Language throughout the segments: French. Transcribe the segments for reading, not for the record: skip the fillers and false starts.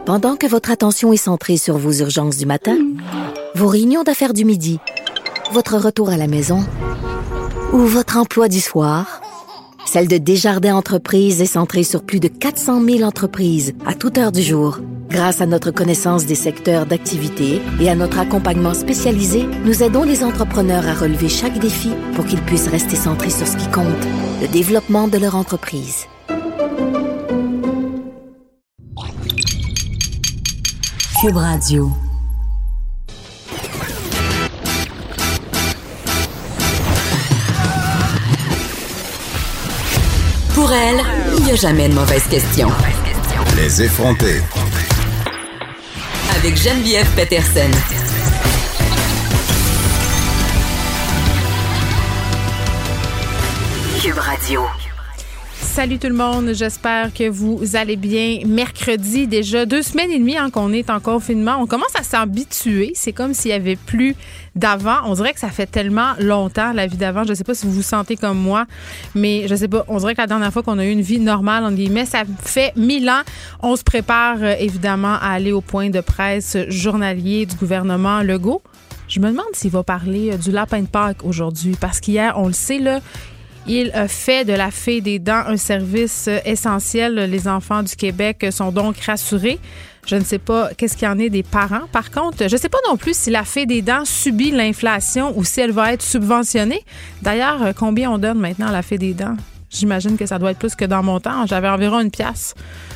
Pendant que votre attention est centrée sur vos urgences du matin, vos réunions d'affaires du midi, votre retour à la maison ou votre emploi du soir, celle de Desjardins Entreprises est centrée sur plus de 400 000 entreprises à toute heure du jour. Grâce à notre connaissance des secteurs d'activité et à notre accompagnement spécialisé, nous aidons les entrepreneurs à relever chaque défi pour qu'ils puissent rester centrés sur ce qui compte, le développement de leur entreprise. Cube Radio. Pour elle, il n'y a jamais de mauvaise question. Les effrontés. Avec Geneviève Peterson. Cube Radio. Salut tout le monde, j'espère que vous allez bien. Mercredi, déjà 2 semaines et demie qu'on est en confinement. On commence à s'habituer. C'est comme s'il n'y avait plus d'avant. On dirait que ça fait tellement longtemps, la vie d'avant. Je ne sais pas si vous vous sentez comme moi, mais je sais pas. On dirait que la dernière fois qu'on a eu une vie normale, entre guillemets, ça fait 1000 ans. On se prépare évidemment à aller au point de presse journalier du gouvernement Legault. Je me demande s'il va parler du lapin de Pâques aujourd'hui, parce qu'hier, on le sait, là, il a fait de la Fée des dents un service essentiel. Les enfants du Québec sont donc rassurés. Je ne sais pas qu'est-ce qu'il y en est des parents. Par contre, je ne sais pas non plus si la Fée des dents subit l'inflation ou si elle va être subventionnée. D'ailleurs, combien on donne maintenant à la Fée des dents? J'imagine que ça doit être plus que dans mon temps. J'avais environ 1 pièce.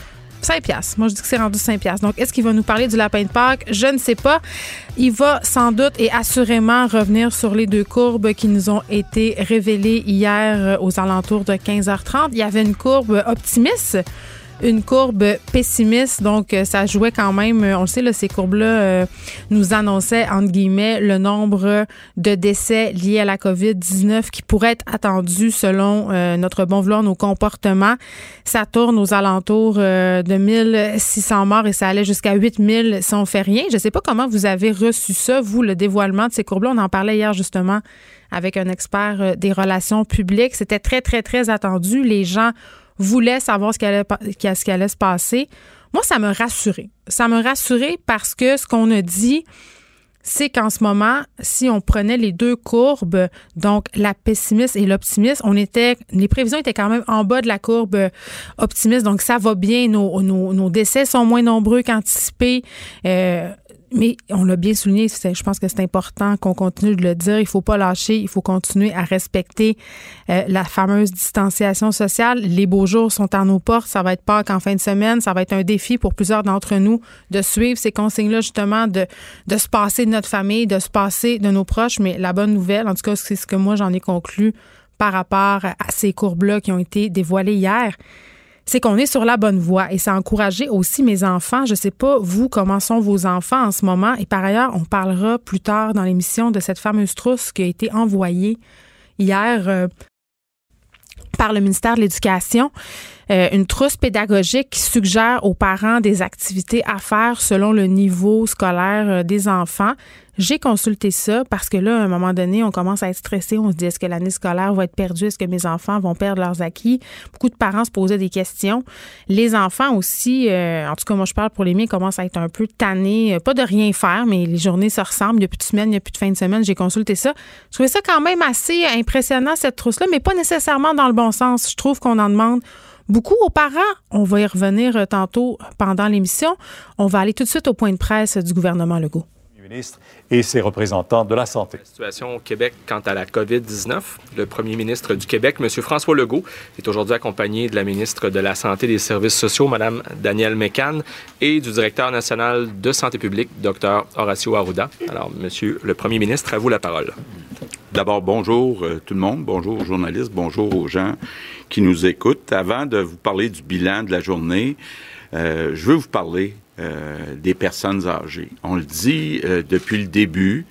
5 piastres. Moi, je dis que c'est rendu 5 piastres. Donc, est-ce qu'il va nous parler du lapin de Pâques? Je ne sais pas. Il va sans doute et assurément revenir sur les 2 courbes qui nous ont été révélées hier aux alentours de 15h30. Il y avait une courbe optimiste, une courbe pessimiste. Donc, ça jouait quand même. On le sait, là, ces courbes-là nous annonçaient, entre guillemets, le nombre de décès liés à la COVID-19 qui pourrait être attendu selon notre bon vouloir, nos comportements. Ça tourne aux alentours de 1600 morts et ça allait jusqu'à 8000 si on fait rien. Je ne sais pas comment vous avez reçu ça, vous, le dévoilement de ces courbes-là. On en parlait hier, justement, avec un expert des relations publiques. C'était très, très, très attendu. Les gens voulait savoir ce qui allait se passer. Moi, ça m'a rassurée. Ça m'a rassurée parce que ce qu'on a dit, c'est qu'en ce moment, si on prenait les 2 courbes, donc la pessimiste et l'optimiste, les prévisions étaient quand même en bas de la courbe optimiste. Donc, ça va bien. Nos décès sont moins nombreux qu'anticipés. Mais on l'a bien souligné, je pense que c'est important qu'on continue de le dire. Il ne faut pas lâcher, il faut continuer à respecter la fameuse distanciation sociale. Les beaux jours sont à nos portes. Ça va être Pâques en fin de semaine. Ça va être un défi pour plusieurs d'entre nous de suivre ces consignes-là, justement, de se passer de notre famille, de se passer de nos proches. Mais la bonne nouvelle, en tout cas, c'est ce que moi, j'en ai conclu par rapport à ces courbes-là qui ont été dévoilées hier, c'est qu'on est sur la bonne voie et ça a encouragé aussi mes enfants. Je ne sais pas, vous, comment sont vos enfants en ce moment. Et par ailleurs, on parlera plus tard dans l'émission de cette fameuse trousse qui a été envoyée hier par le ministère de l'Éducation. Une trousse pédagogique qui suggère aux parents des activités à faire selon le niveau scolaire des enfants. J'ai consulté ça parce que là, à un moment donné, on commence à être stressé. On se dit, est-ce que l'année scolaire va être perdue? Est-ce que mes enfants vont perdre leurs acquis? Beaucoup de parents se posaient des questions. Les enfants aussi, en tout cas, moi, je parle pour les miens, commencent à être un peu tannés. Pas de rien faire, mais les journées se ressemblent. Il n'y a plus de semaine, il n'y a plus de fin de semaine. J'ai consulté ça. Je trouvais ça quand même assez impressionnant, cette trousse-là, mais pas nécessairement dans le bon sens. Je trouve qu'on en demande beaucoup aux parents. On va y revenir tantôt pendant l'émission. On va aller tout de suite au point de presse du gouvernement Legault. Ministre et ses représentants de la santé. La situation au Québec quant à la COVID-19. Le premier ministre du Québec, M. François Legault, est aujourd'hui accompagné de la ministre de la Santé et des Services sociaux, Mme Danielle Mécan, et du directeur national de santé publique, Dr. Horacio Arruda. Alors, Monsieur le premier ministre, à vous la parole. D'abord, bonjour tout le monde, bonjour aux journalistes, bonjour aux gens qui nous écoutent. Avant de vous parler du bilan de la journée, je veux vous parler des personnes âgées. On le dit depuis le début,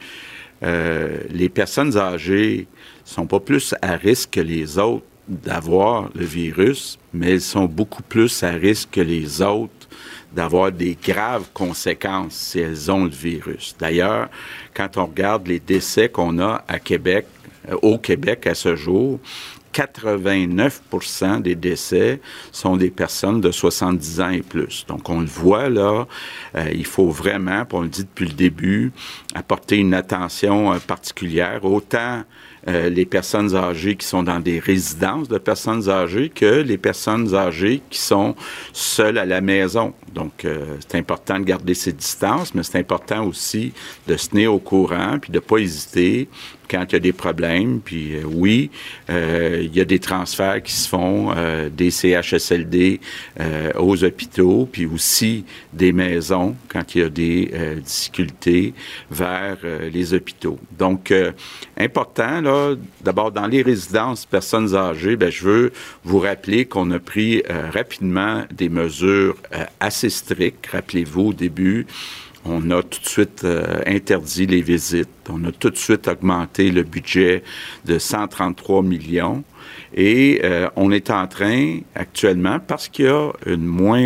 les personnes âgées sont pas plus à risque que les autres d'avoir le virus, mais elles sont beaucoup plus à risque que les autres d'avoir des graves conséquences si elles ont le virus. D'ailleurs, quand on regarde les décès qu'on a à Québec, au Québec à ce jour, 89% des décès sont des personnes de 70 ans et plus. Donc, on le voit là, il faut vraiment, puis on le dit depuis le début, apporter une attention particulière, autant les personnes âgées qui sont dans des résidences de personnes âgées que les personnes âgées qui sont seules à la maison. Donc, c'est important de garder ces distances, mais c'est important aussi de se tenir au courant puis de ne pas hésiter quand il y a des problèmes. Puis oui, il y a des transferts qui se font des CHSLD aux hôpitaux, puis aussi des maisons quand il y a des difficultés vers les hôpitaux. Donc, important, là, d'abord, dans les résidences personnes âgées, bien, je veux vous rappeler qu'on a pris rapidement des mesures assez strictes. Rappelez-vous, au début, on a tout de suite interdit les visites. On a tout de suite augmenté le budget de 133 millions. Et on est en train, actuellement, parce qu'il y a une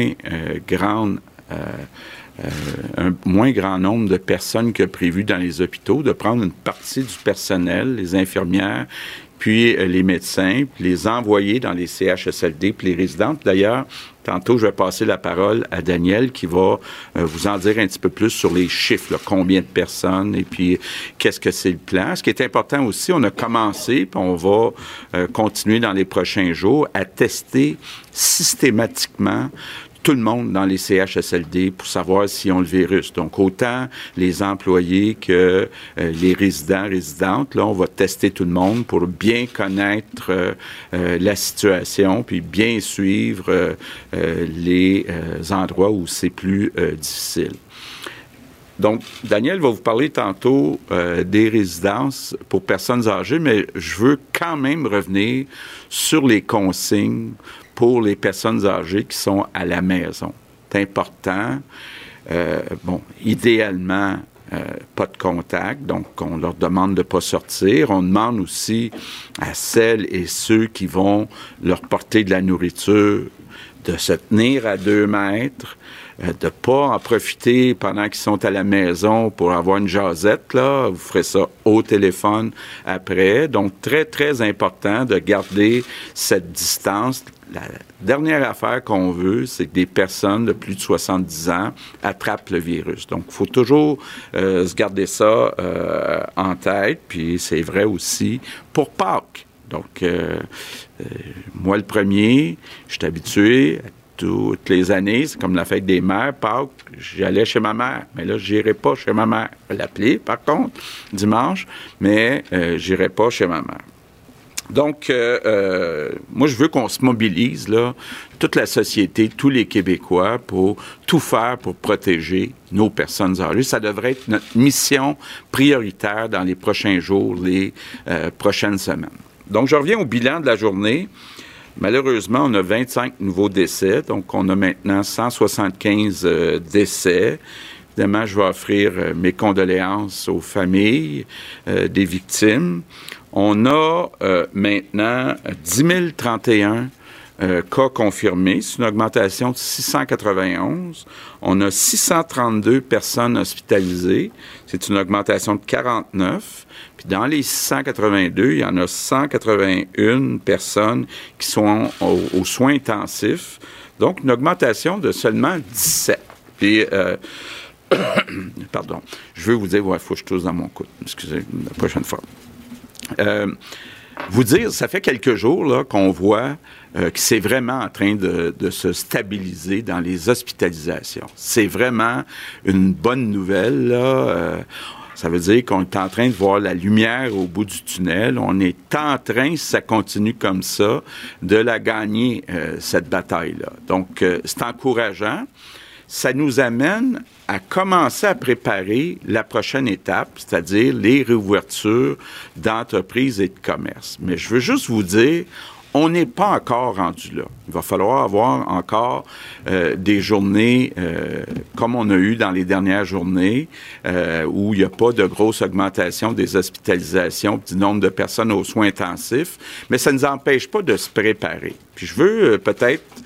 un moins grand nombre de personnes que prévu dans les hôpitaux, de prendre une partie du personnel, les infirmières, puis les médecins, puis les envoyer dans les CHSLD, puis les résidentes. D'ailleurs, tantôt, je vais passer la parole à Daniel qui va vous en dire un petit peu plus sur les chiffres, là, combien de personnes et puis qu'est-ce que c'est le plan. Ce qui est important aussi, on a commencé, puis on va continuer dans les prochains jours à tester systématiquement tout le monde dans les CHSLD pour savoir s'ils ont le virus. Donc, autant les employés que les résidents, résidentes, là, on va tester tout le monde pour bien connaître la situation puis bien suivre les endroits où c'est plus difficile. Donc, Daniel va vous parler tantôt des résidences pour personnes âgées, mais je veux quand même revenir sur les consignes pour les personnes âgées qui sont à la maison. C'est important. Idéalement, pas de contact, donc on leur demande de ne pas sortir. On demande aussi à celles et ceux qui vont leur porter de la nourriture de se tenir à 2 mètres, de ne pas en profiter pendant qu'ils sont à la maison pour avoir une jasette, là. Vous ferez ça au téléphone après. Donc, très, très important de garder cette distance. La dernière affaire qu'on veut, c'est que des personnes de plus de 70 ans attrapent le virus. Donc, il faut toujours se garder ça en tête. Puis, c'est vrai aussi pour Pâques. Donc, moi, le premier, je suis habitué à toutes les années, c'est comme la fête des mères, Pâques, j'allais chez ma mère. Mais là, je n'irai pas chez ma mère. Je vais l'appeler, par contre, dimanche, mais je n'irai pas chez ma mère. Donc, moi, je veux qu'on se mobilise, là, toute la société, tous les Québécois, pour tout faire pour protéger nos personnes âgées. Ça devrait être notre mission prioritaire dans les prochains jours, les prochaines semaines. Donc, je reviens au bilan de la journée. Malheureusement, on a 25 nouveaux décès, donc on a maintenant 175 décès. Évidemment, je vais offrir mes condoléances aux familles des victimes. On a maintenant 10 031 cas confirmés. C'est une augmentation de 691. On a 632 personnes hospitalisées. C'est une augmentation de 49. Puis dans les 682, il y en a 181 personnes qui sont aux soins intensifs. Donc, une augmentation de seulement 17. Puis, pardon, je veux vous dire, il faut que je tousse dans mon coude. Excusez, la prochaine fois. Vous dire, ça fait quelques jours là, qu'on voit que c'est vraiment en train de se stabiliser dans les hospitalisations. C'est vraiment une bonne nouvelle, là. Ça veut dire qu'on est en train de voir la lumière au bout du tunnel. On est en train, si ça continue comme ça, de la gagner, cette bataille-là. Donc, c'est encourageant. Ça nous amène à commencer à préparer la prochaine étape, c'est-à-dire les réouvertures d'entreprises et de commerces. Mais je veux juste vous dire, on n'est pas encore rendu là. Il va falloir avoir encore des journées comme on a eu dans les dernières journées où il n'y a pas de grosse augmentation des hospitalisations, du nombre de personnes aux soins intensifs, mais ça ne nous empêche pas de se préparer. Puis je veux peut-être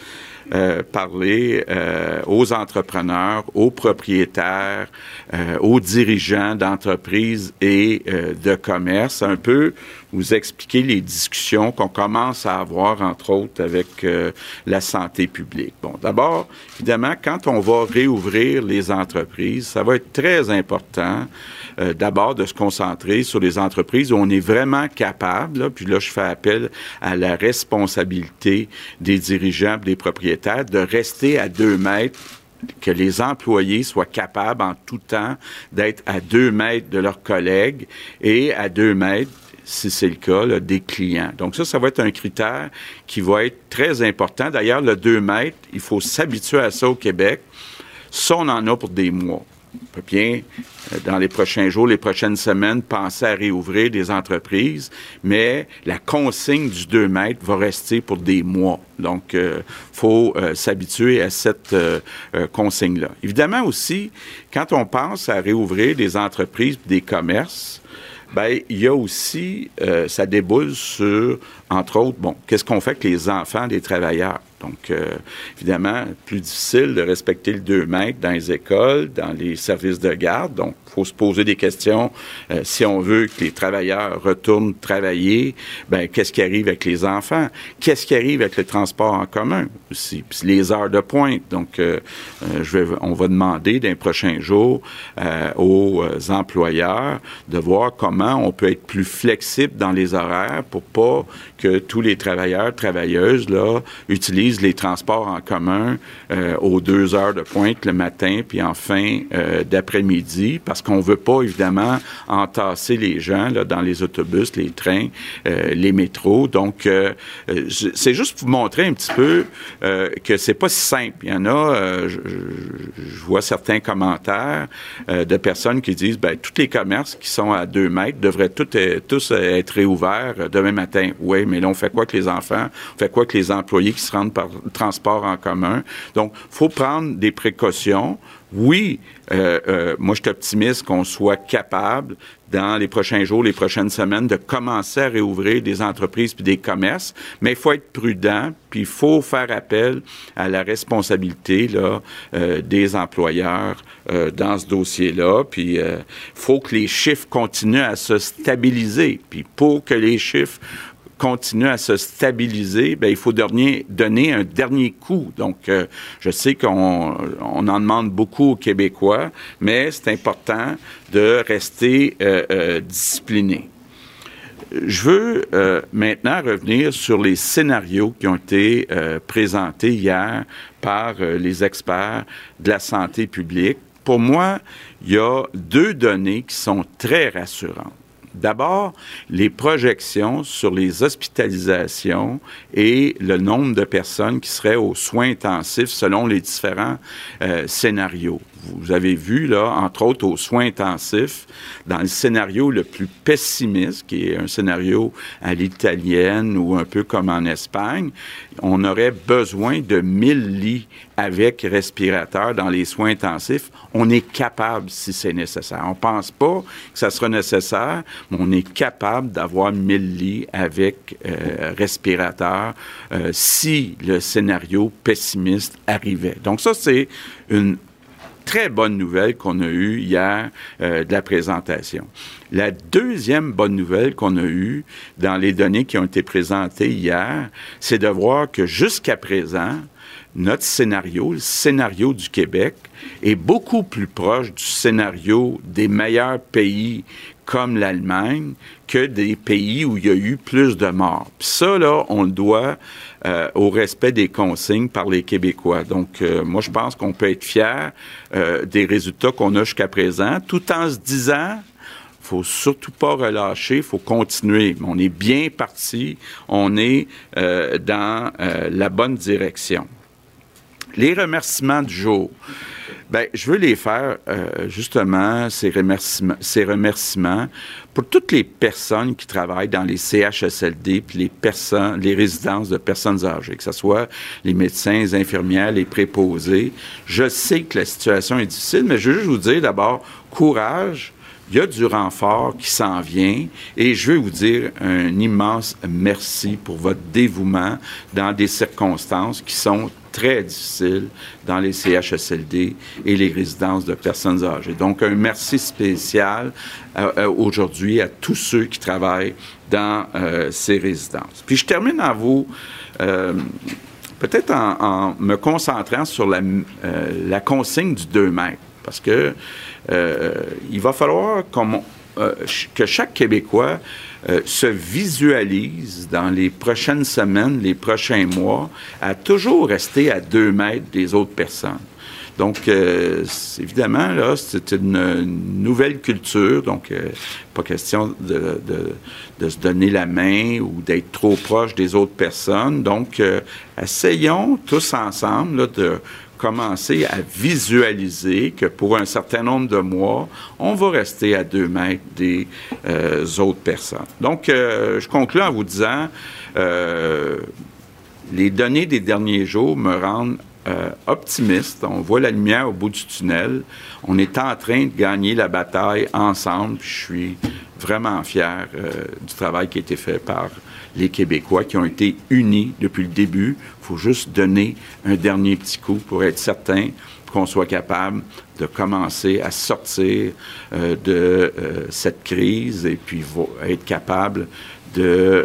parler aux entrepreneurs, aux propriétaires, aux dirigeants d'entreprises et de commerce, un peu vous expliquer les discussions qu'on commence à avoir, entre autres, avec la santé publique. Bon, d'abord, évidemment, quand on va réouvrir les entreprises, ça va être très important, d'abord, de se concentrer sur les entreprises où on est vraiment capable, là, puis là, je fais appel à la responsabilité des dirigeants, des propriétaires, de rester à 2 mètres, que les employés soient capables en tout temps d'être à 2 mètres de leurs collègues et à 2 mètres, si c'est le cas, là, des clients. Donc ça va être un critère qui va être très important. D'ailleurs, le 2 mètres, il faut s'habituer à ça au Québec. Ça, on en a pour des mois. On peut bien, dans les prochains jours, les prochaines semaines, penser à réouvrir des entreprises, mais la consigne du 2 mètres va rester pour des mois. Donc, faut s'habituer à cette consigne-là. Évidemment aussi, quand on pense à réouvrir des entreprises, des commerces, ben il y a aussi, ça déboule sur, entre autres, bon, qu'est-ce qu'on fait avec les enfants des travailleurs? Donc, évidemment, plus difficile de respecter le 2 mètres dans les écoles, dans les services de garde. Donc, il faut se poser des questions. Si on veut que les travailleurs retournent travailler, ben qu'est-ce qui arrive avec les enfants? Qu'est-ce qui arrive avec le transport en commun aussi? Puis les heures de pointe. Donc, on va demander dans les prochains jours aux employeurs de voir comment on peut être plus flexible dans les horaires pour pas que tous les travailleurs, travailleuses, là, utilisent les transports en commun aux 2 heures de pointe le matin puis en fin d'après-midi, parce qu'on veut pas, évidemment, entasser les gens là, dans les autobus, les trains, les métros. Donc, c'est juste pour vous montrer un petit peu que c'est pas si simple. Il y en a, je vois certains commentaires de personnes qui disent, ben tous les commerces qui sont à 2 mètres devraient tous être réouverts demain matin. Oui, mais là, on fait quoi avec les enfants? On fait quoi avec les employés qui se rendent par transport en commun? Donc, il faut prendre des précautions. Oui, moi, je suis optimiste qu'on soit capable, dans les prochains jours, les prochaines semaines, de commencer à réouvrir des entreprises puis des commerces, mais il faut être prudent, puis il faut faire appel à la responsabilité là, des employeurs dans ce dossier-là, puis il faut que les chiffres continuent à se stabiliser, puis pour que les chiffres continue à se stabiliser, bien, il faut donner un dernier coup. Donc, je sais qu'on en demande beaucoup aux Québécois, mais c'est important de rester discipliné. Je veux maintenant revenir sur les scénarios qui ont été présentés hier par les experts de la santé publique. Pour moi, il y a 2 données qui sont très rassurantes. D'abord, les projections sur les hospitalisations et le nombre de personnes qui seraient aux soins intensifs selon les différents scénarios. Vous avez vu, là, entre autres, aux soins intensifs, dans le scénario le plus pessimiste, qui est un scénario à l'italienne ou un peu comme en Espagne, on aurait besoin de 1000 lits avec respirateur dans les soins intensifs. On est capable, si c'est nécessaire. On ne pense pas que ça sera nécessaire, mais on est capable d'avoir 1000 lits avec respirateur si le scénario pessimiste arrivait. Donc ça, c'est une très bonne nouvelle qu'on a eue hier de la présentation. La deuxième bonne nouvelle qu'on a eue dans les données qui ont été présentées hier, c'est de voir que jusqu'à présent, notre scénario, le scénario du Québec, est beaucoup plus proche du scénario des meilleurs pays comme l'Allemagne que des pays où il y a eu plus de morts. Puis ça, là, on le doit au respect des consignes par les Québécois. Donc, moi, je pense qu'on peut être fiers des résultats qu'on a jusqu'à présent, tout en se disant... faut surtout pas relâcher, faut continuer. On est bien parti, on est dans la bonne direction. Les remerciements du jour. Bien, je veux les faire, justement, ces remerciements pour toutes les personnes qui travaillent dans les CHSLD puis les résidences de personnes âgées, que ce soit les médecins, les infirmières, les préposés. Je sais que la situation est difficile, mais je veux juste vous dire d'abord, courage. Il y a du renfort qui s'en vient et je veux vous dire un immense merci pour votre dévouement dans des circonstances qui sont très difficile dans les CHSLD et les résidences de personnes âgées. Donc, un merci spécial aujourd'hui à tous ceux qui travaillent dans ces résidences. Puis, je termine en vous... peut-être en me concentrant sur la consigne du 2 mètres, parce que il va falloir que chaque Québécois se visualise dans les prochaines semaines, les prochains mois, à toujours rester à 2 mètres des autres personnes. Donc, évidemment, là, c'est une nouvelle culture, donc pas question de se donner la main ou d'être trop proche des autres personnes. Donc, essayons tous ensemble là, de commencer à visualiser que pour un certain nombre de mois, on va rester à 2 mètres des autres personnes. Donc, je conclue en vous disant, les données des derniers jours me rendent optimiste. On voit la lumière au bout du tunnel. On est en train de gagner la bataille ensemble. Je suis vraiment fier du travail qui a été fait par les Québécois qui ont été unis depuis le début. Il faut juste donner un dernier petit coup pour être certain qu'on soit capable de commencer à sortir de cette crise et puis être capable de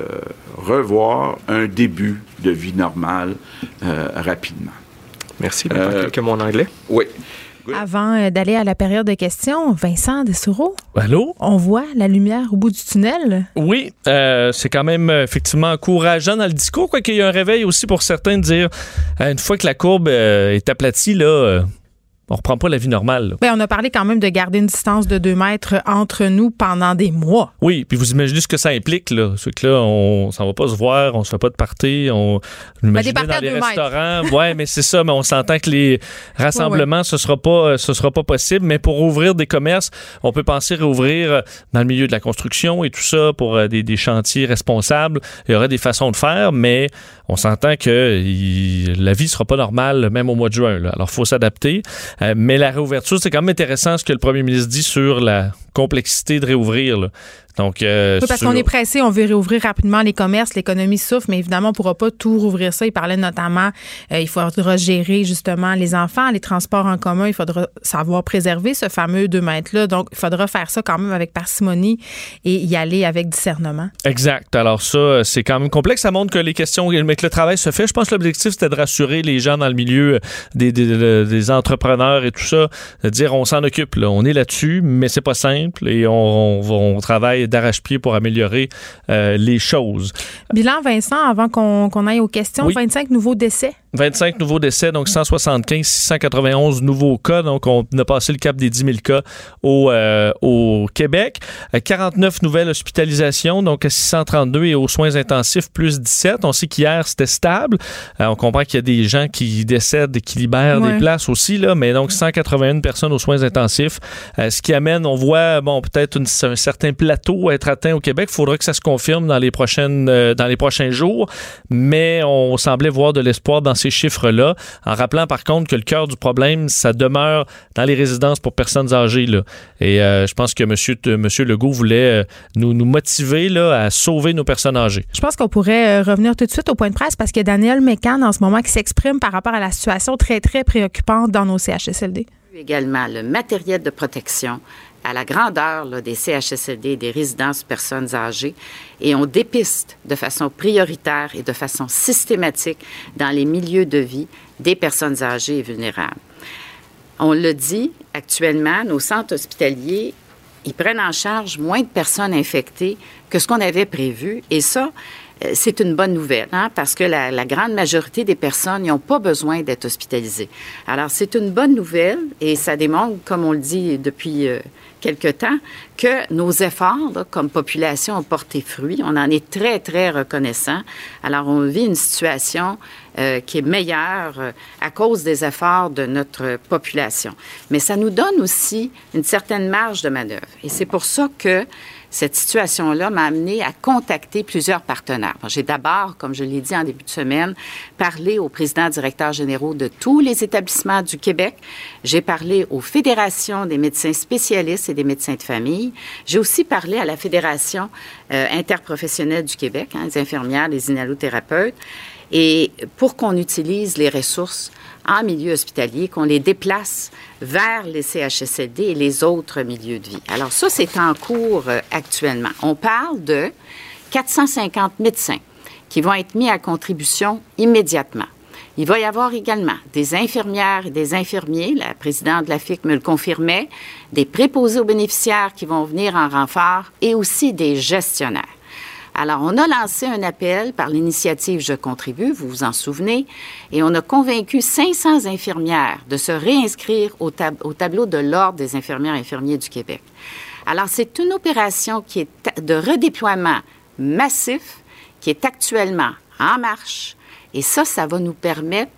revoir un début de vie normale rapidement. Merci. Quelques mots en anglais. Oui. Avant d'aller à la période de questions, Vincent Dessoureau. Allô? On voit la lumière au bout du tunnel. Oui, c'est quand même effectivement encourageant dans le discours, quoi qu'il y ait un réveil aussi pour certains de dire une fois que la courbe est aplatie, là... on reprend pas la vie normale. Bien, on a parlé quand même de garder une distance de 2 mètres entre nous pendant des mois. Oui, puis vous imaginez ce que ça implique, là. C'est que là, on s'en va pas se voir, on se fait pas de party, imaginez dans les restaurants. Ouais, mais c'est ça, mais on s'entend que les rassemblements, ce sera pas possible. Mais pour ouvrir des commerces, on peut penser réouvrir dans le milieu de la construction et tout ça pour des chantiers responsables. Il y aurait des façons de faire, mais on s'entend que la vie sera pas normale même au mois de juin, là. Alors, il faut s'adapter. Mais la réouverture, c'est quand même intéressant ce que le premier ministre dit sur la complexité de réouvrir, là. Donc, oui, parce qu'on est pressé, on veut réouvrir rapidement les commerces, l'économie souffre, mais évidemment, on ne pourra pas tout rouvrir ça. Il parlait notamment, il faudra gérer justement les enfants, les transports en commun, il faudra savoir préserver ce fameux 2 mètres-là. Donc, il faudra faire ça quand même avec parcimonie et y aller avec discernement. Exact. Alors ça, c'est quand même complexe. Ça montre que les questions, mais que le travail se fait. Je pense que l'objectif, c'était de rassurer les gens dans le milieu des entrepreneurs et tout ça, de dire on s'en occupe, là, on est là-dessus, mais c'est pas simple et on travaille d'arrache-pied pour améliorer les choses. Bilan, Vincent, avant qu'on aille aux questions, oui. 25 nouveaux décès. 25 nouveaux décès, donc 175, 691 nouveaux cas. Donc, on a passé le cap des 10 000 cas au Québec. 49 nouvelles hospitalisations, donc 632 et aux soins intensifs, plus 17. On sait qu'hier, c'était stable. On comprend qu'il y a des gens qui décèdent et qui libèrent des places aussi, là, mais donc 181 personnes aux soins intensifs. Ce qui amène, on voit, peut-être un certain plateau à être atteint au Québec. Il faudra que ça se confirme dans les prochains jours, mais on semblait voir de l'espoir dans ces chiffres-là, en rappelant par contre que le cœur du problème, ça demeure dans les résidences pour personnes âgées, là. Et je pense que M. Legault voulait nous motiver là, à sauver nos personnes âgées. Je pense qu'on pourrait revenir tout de suite au point de presse parce qu'il y a Daniel Mécan en ce moment qui s'exprime par rapport à la situation très, très préoccupante dans nos CHSLD. Également le matériel de protection à la grandeur là, des CHSLD, des résidences personnes âgées, et on dépiste de façon prioritaire et de façon systématique dans les milieux de vie des personnes âgées et vulnérables. On le dit, actuellement, nos centres hospitaliers, ils prennent en charge moins de personnes infectées que ce qu'on avait prévu, et ça, c'est une bonne nouvelle, hein, parce que la grande majorité des personnes n'ont pas besoin d'être hospitalisées. Alors, c'est une bonne nouvelle et ça démontre, comme on le dit depuis quelque temps, que nos efforts là, comme population ont porté fruit. On en est très, très reconnaissant. Alors, on vit une situation qui est meilleure à cause des efforts de notre population. Mais ça nous donne aussi une certaine marge de manœuvre. Et c'est pour ça que cette situation-là m'a amené à contacter plusieurs partenaires. J'ai d'abord, comme je l'ai dit en début de semaine, parlé aux présidents directeurs généraux de tous les établissements du Québec. J'ai parlé aux fédérations des médecins spécialistes et des médecins de famille. J'ai aussi parlé à la Fédération interprofessionnelle du Québec, les infirmières, les inhalothérapeutes. et pour qu'on utilise les ressources en milieu hospitalier, qu'on les déplace vers les CHSLD et les autres milieux de vie. Alors ça, c'est en cours actuellement. On parle de 450 médecins qui vont être mis à contribution immédiatement. Il va y avoir également des infirmières et des infirmiers, la présidente de la FIC me le confirmait, des préposés aux bénéficiaires qui vont venir en renfort et aussi des gestionnaires. Alors, on a lancé un appel par l'initiative Je contribue, vous vous en souvenez, et on a convaincu 500 infirmières de se réinscrire au tableau de l'Ordre des infirmières et infirmiers du Québec. Alors, c'est une opération qui est de redéploiement massif, qui est actuellement en marche, et ça va nous permettre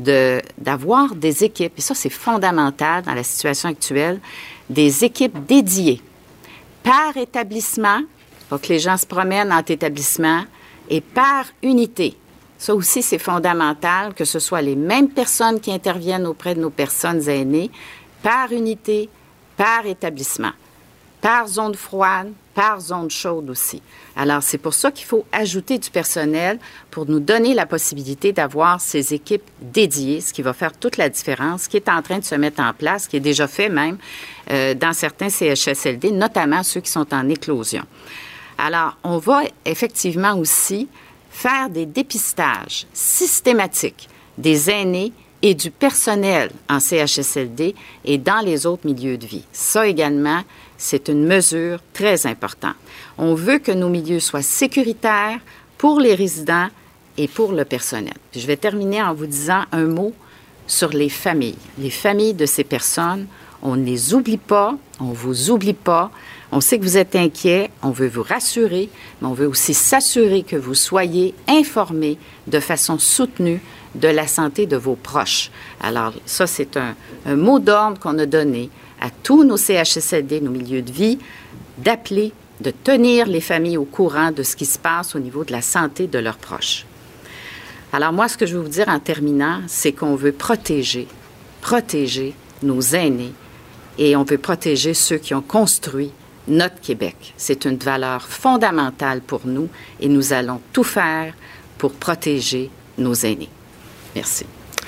d'avoir des équipes, et ça, c'est fondamental dans la situation actuelle, des équipes dédiées par établissement, pas que les gens se promènent entre établissements, et par unité. Ça aussi, c'est fondamental, que ce soit les mêmes personnes qui interviennent auprès de nos personnes aînées, par unité, par établissement, par zone froide, par zone chaude aussi. Alors, c'est pour ça qu'il faut ajouter du personnel pour nous donner la possibilité d'avoir ces équipes dédiées, ce qui va faire toute la différence, qui est en train de se mettre en place, qui est déjà fait même dans certains CHSLD, notamment ceux qui sont en éclosion. Alors, on va effectivement aussi faire des dépistages systématiques des aînés et du personnel en CHSLD et dans les autres milieux de vie. Ça également, c'est une mesure très importante. On veut que nos milieux soient sécuritaires pour les résidents et pour le personnel. Puis je vais terminer en vous disant un mot sur les familles. Les familles de ces personnes, on ne les oublie pas, on ne vous oublie pas. On sait que vous êtes inquiets, on veut vous rassurer, mais on veut aussi s'assurer que vous soyez informés de façon soutenue de la santé de vos proches. Alors, ça, c'est un mot d'ordre qu'on a donné à tous nos CHSLD, nos milieux de vie, d'appeler, de tenir les familles au courant de ce qui se passe au niveau de la santé de leurs proches. Alors, moi, ce que je veux vous dire en terminant, c'est qu'on veut protéger nos aînés et on veut protéger ceux qui ont construit notre Québec. C'est une valeur fondamentale pour nous et nous allons tout faire pour protéger nos aînés. Merci.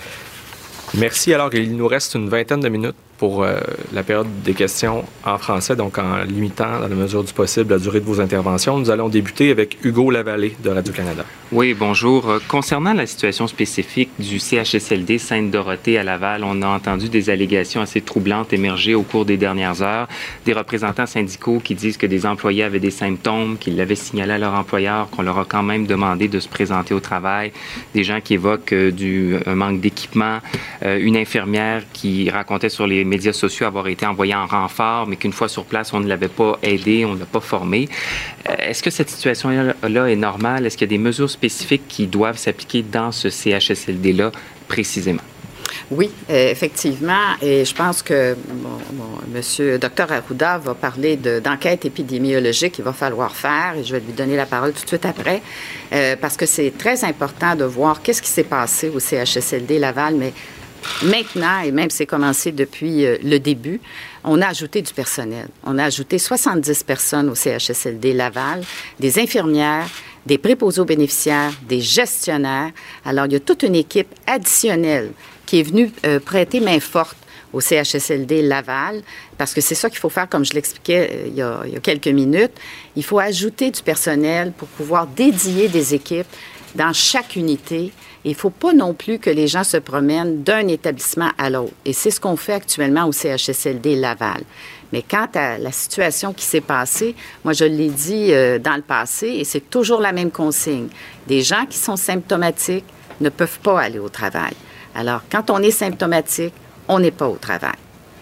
Merci. Alors, il nous reste une vingtaine de minutes pour la période des questions en français, donc en limitant, dans la mesure du possible, la durée de vos interventions. Nous allons débuter avec Hugo Lavallée de Radio-Canada. Oui, bonjour. Concernant la situation spécifique du CHSLD Sainte-Dorothée à Laval, on a entendu des allégations assez troublantes émerger au cours des dernières heures. Des représentants syndicaux qui disent que des employés avaient des symptômes, qu'ils l'avaient signalé à leur employeur, qu'on leur a quand même demandé de se présenter au travail. Des gens qui évoquent un manque d'équipement. Une infirmière qui racontait sur les médias sociaux avoir été envoyée en renfort, mais qu'une fois sur place, on ne l'avait pas aidé, on ne l'a pas formé. Est-ce que cette situation-là est normale? Est-ce qu'il y a des mesures spécifiques qui doivent s'appliquer dans ce CHSLD-là précisément? Oui, effectivement, et je pense que monsieur Dr Arruda va parler d'enquête épidémiologique qu'il va falloir faire, et je vais lui donner la parole tout de suite après, parce que c'est très important de voir qu'est-ce qui s'est passé au CHSLD Laval, mais maintenant, et même c'est commencé depuis le début, on a ajouté du personnel. On a ajouté 70 personnes au CHSLD Laval, des infirmières, des préposés aux bénéficiaires, des gestionnaires. Alors, il y a toute une équipe additionnelle qui est venue prêter main forte au CHSLD Laval, parce que c'est ça qu'il faut faire, comme je l'expliquais il y a quelques minutes. Il faut ajouter du personnel pour pouvoir dédier des équipes dans chaque unité. Il ne faut pas non plus que les gens se promènent d'un établissement à l'autre. Et c'est ce qu'on fait actuellement au CHSLD Laval. Mais quant à la situation qui s'est passée, moi, je l'ai dit dans le passé, et c'est toujours la même consigne. Des gens qui sont symptomatiques ne peuvent pas aller au travail. Alors, quand on est symptomatique, on n'est pas au travail.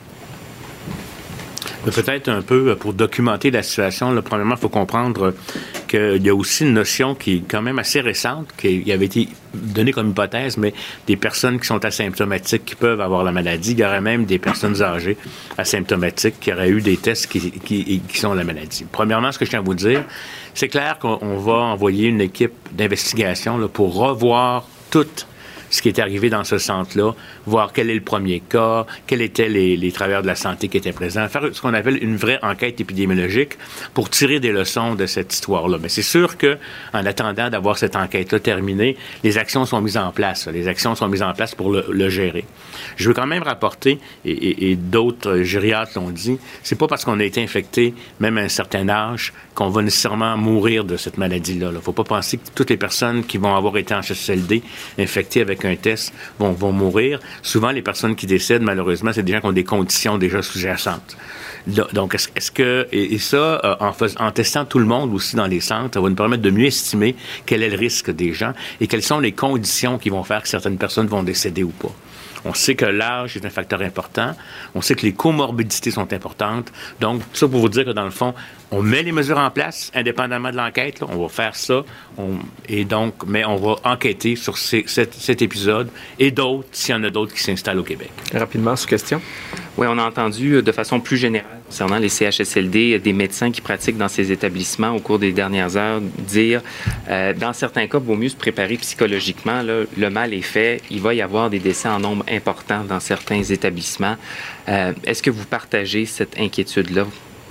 Peut-être un peu pour documenter la situation. Là, premièrement, il faut comprendre qu'il y a aussi une notion qui est quand même assez récente, qui avait été donnée comme hypothèse, mais des personnes qui sont asymptomatiques qui peuvent avoir la maladie. Il y aurait même des personnes âgées asymptomatiques qui auraient eu des tests qui sont la maladie. Premièrement, ce que je tiens à vous dire, c'est clair qu'on va envoyer une équipe d'investigation là, pour revoir toute ce qui est arrivé dans ce centre-là, voir quel est le premier cas, quels étaient les travailleurs de la santé qui étaient présents, faire ce qu'on appelle une vraie enquête épidémiologique pour tirer des leçons de cette histoire-là. Mais c'est sûr que, en attendant d'avoir cette enquête-là terminée, les actions sont mises en place. Les actions sont mises en place pour le gérer. Je veux quand même rapporter, et d'autres gériatres l'ont dit, c'est pas parce qu'on a été infecté, même à un certain âge, qu'on va nécessairement mourir de cette maladie-là. Il faut pas penser que toutes les personnes qui vont avoir été en CHSLD infectées avec un test vont mourir. Souvent, les personnes qui décèdent, malheureusement, c'est des gens qui ont des conditions déjà sous-jacentes. Donc, est-ce que... Et ça, en testant tout le monde aussi dans les centres, ça va nous permettre de mieux estimer quel est le risque des gens et quelles sont les conditions qui vont faire que certaines personnes vont décéder ou pas. On sait que l'âge est un facteur important. On sait que les comorbidités sont importantes. Donc, ça pour vous dire que, dans le fond, on met les mesures en place, indépendamment de l'enquête. Là, on va faire ça. Mais on va enquêter sur cet épisode et d'autres, s'il y en a d'autres qui s'installent au Québec. Rapidement, sous question. Oui, on a entendu de façon plus générale concernant les CHSLD, des médecins qui pratiquent dans ces établissements au cours des dernières heures dire, dans certains cas, il vaut mieux se préparer psychologiquement. Là, le mal est fait. Il va y avoir des décès en nombre important dans certains établissements. Est-ce que vous partagez cette inquiétude-là?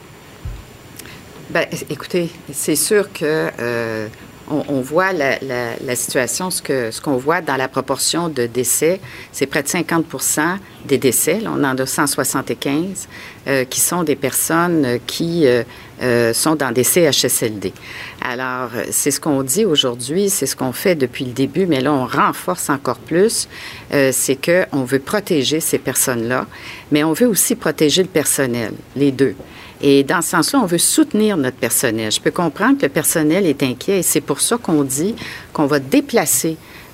Bien, écoutez, c'est sûr que on voit la situation, ce qu'on voit dans la proportion de décès, c'est près de 50% des décès. Là, on en a 175 qui sont des personnes qui sont dans des CHSLD. Alors, c'est ce qu'on dit aujourd'hui, c'est ce qu'on fait depuis le début, mais là, on renforce encore plus. C'est qu'on veut protéger ces personnes-là, mais on veut aussi protéger le personnel, les deux. Et dans ce sens-là, on veut soutenir notre personnel. Je peux comprendre que le personnel est inquiet et c'est pour ça qu'on dit qu'on va déplacer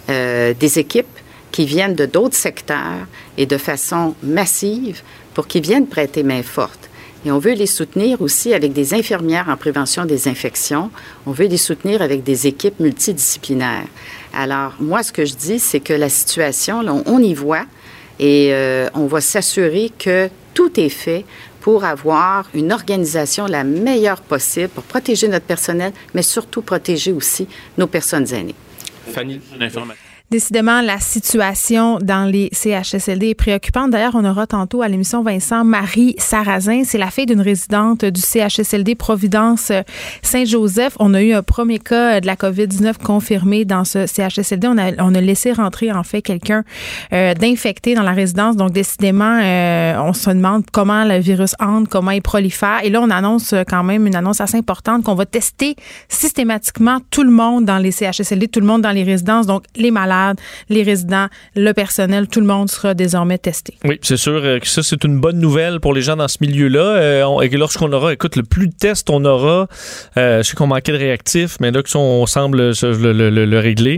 des équipes qui viennent de d'autres secteurs et de façon massive pour qu'ils viennent prêter main forte. Et on veut les soutenir aussi avec des infirmières en prévention des infections. On veut les soutenir avec des équipes multidisciplinaires. Alors, moi, ce que je dis, c'est que la situation, là, on y voit et on va s'assurer que tout est fait pour avoir une organisation la meilleure possible pour protéger notre personnel, mais surtout protéger aussi nos personnes aînées. Fanny, une information. Décidément, la situation dans les CHSLD est préoccupante. D'ailleurs, on aura tantôt à l'émission Vincent-Marie Sarrazin. C'est la fille d'une résidente du CHSLD Providence Saint-Joseph. On a eu un premier cas de la COVID-19 confirmé dans ce CHSLD. On a laissé rentrer, en fait, quelqu'un d'infecté dans la résidence. Donc, décidément, on se demande comment le virus entre, comment il prolifère. Et là, on annonce quand même une annonce assez importante qu'on va tester systématiquement tout le monde dans les CHSLD, tout le monde dans les résidences. Donc, les malades, les résidents, le personnel, tout le monde sera désormais testé. Oui, c'est sûr que ça, c'est une bonne nouvelle pour les gens dans ce milieu-là. Et lorsqu'on aura, écoute, le plus de tests on aura, je sais qu'on manquait de réactifs, mais là, on semble le régler.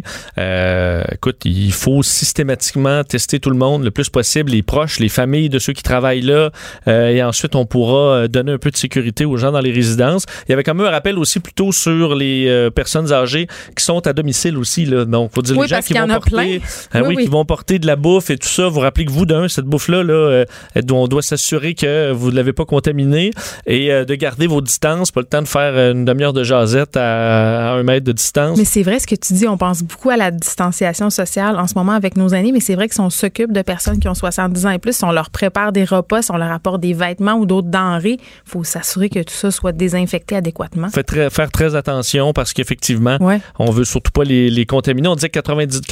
Écoute, il faut systématiquement tester tout le monde le plus possible, les proches, les familles de ceux qui travaillent là, et ensuite, on pourra donner un peu de sécurité aux gens dans les résidences. Il y avait quand même un rappel aussi plutôt sur les personnes âgées qui sont à domicile aussi, là. Donc, faut dire les gens qui vont porter, qui vont porter de la bouffe et tout ça. Vous rappelez que vous, cette bouffe-là, on doit s'assurer que vous ne l'avez pas contaminée et de garder vos distances. Pas le temps de faire une demi-heure de jasette à 1 mètre de distance. Mais c'est vrai ce que tu dis. On pense beaucoup à la distanciation sociale en ce moment avec nos aînés, mais c'est vrai que si on s'occupe de personnes qui ont 70 ans et plus, si on leur prépare des repas, si on leur apporte des vêtements ou d'autres denrées, il faut s'assurer que tout ça soit désinfecté adéquatement. Faire très attention parce qu'effectivement, on veut surtout pas les contaminer. On disait que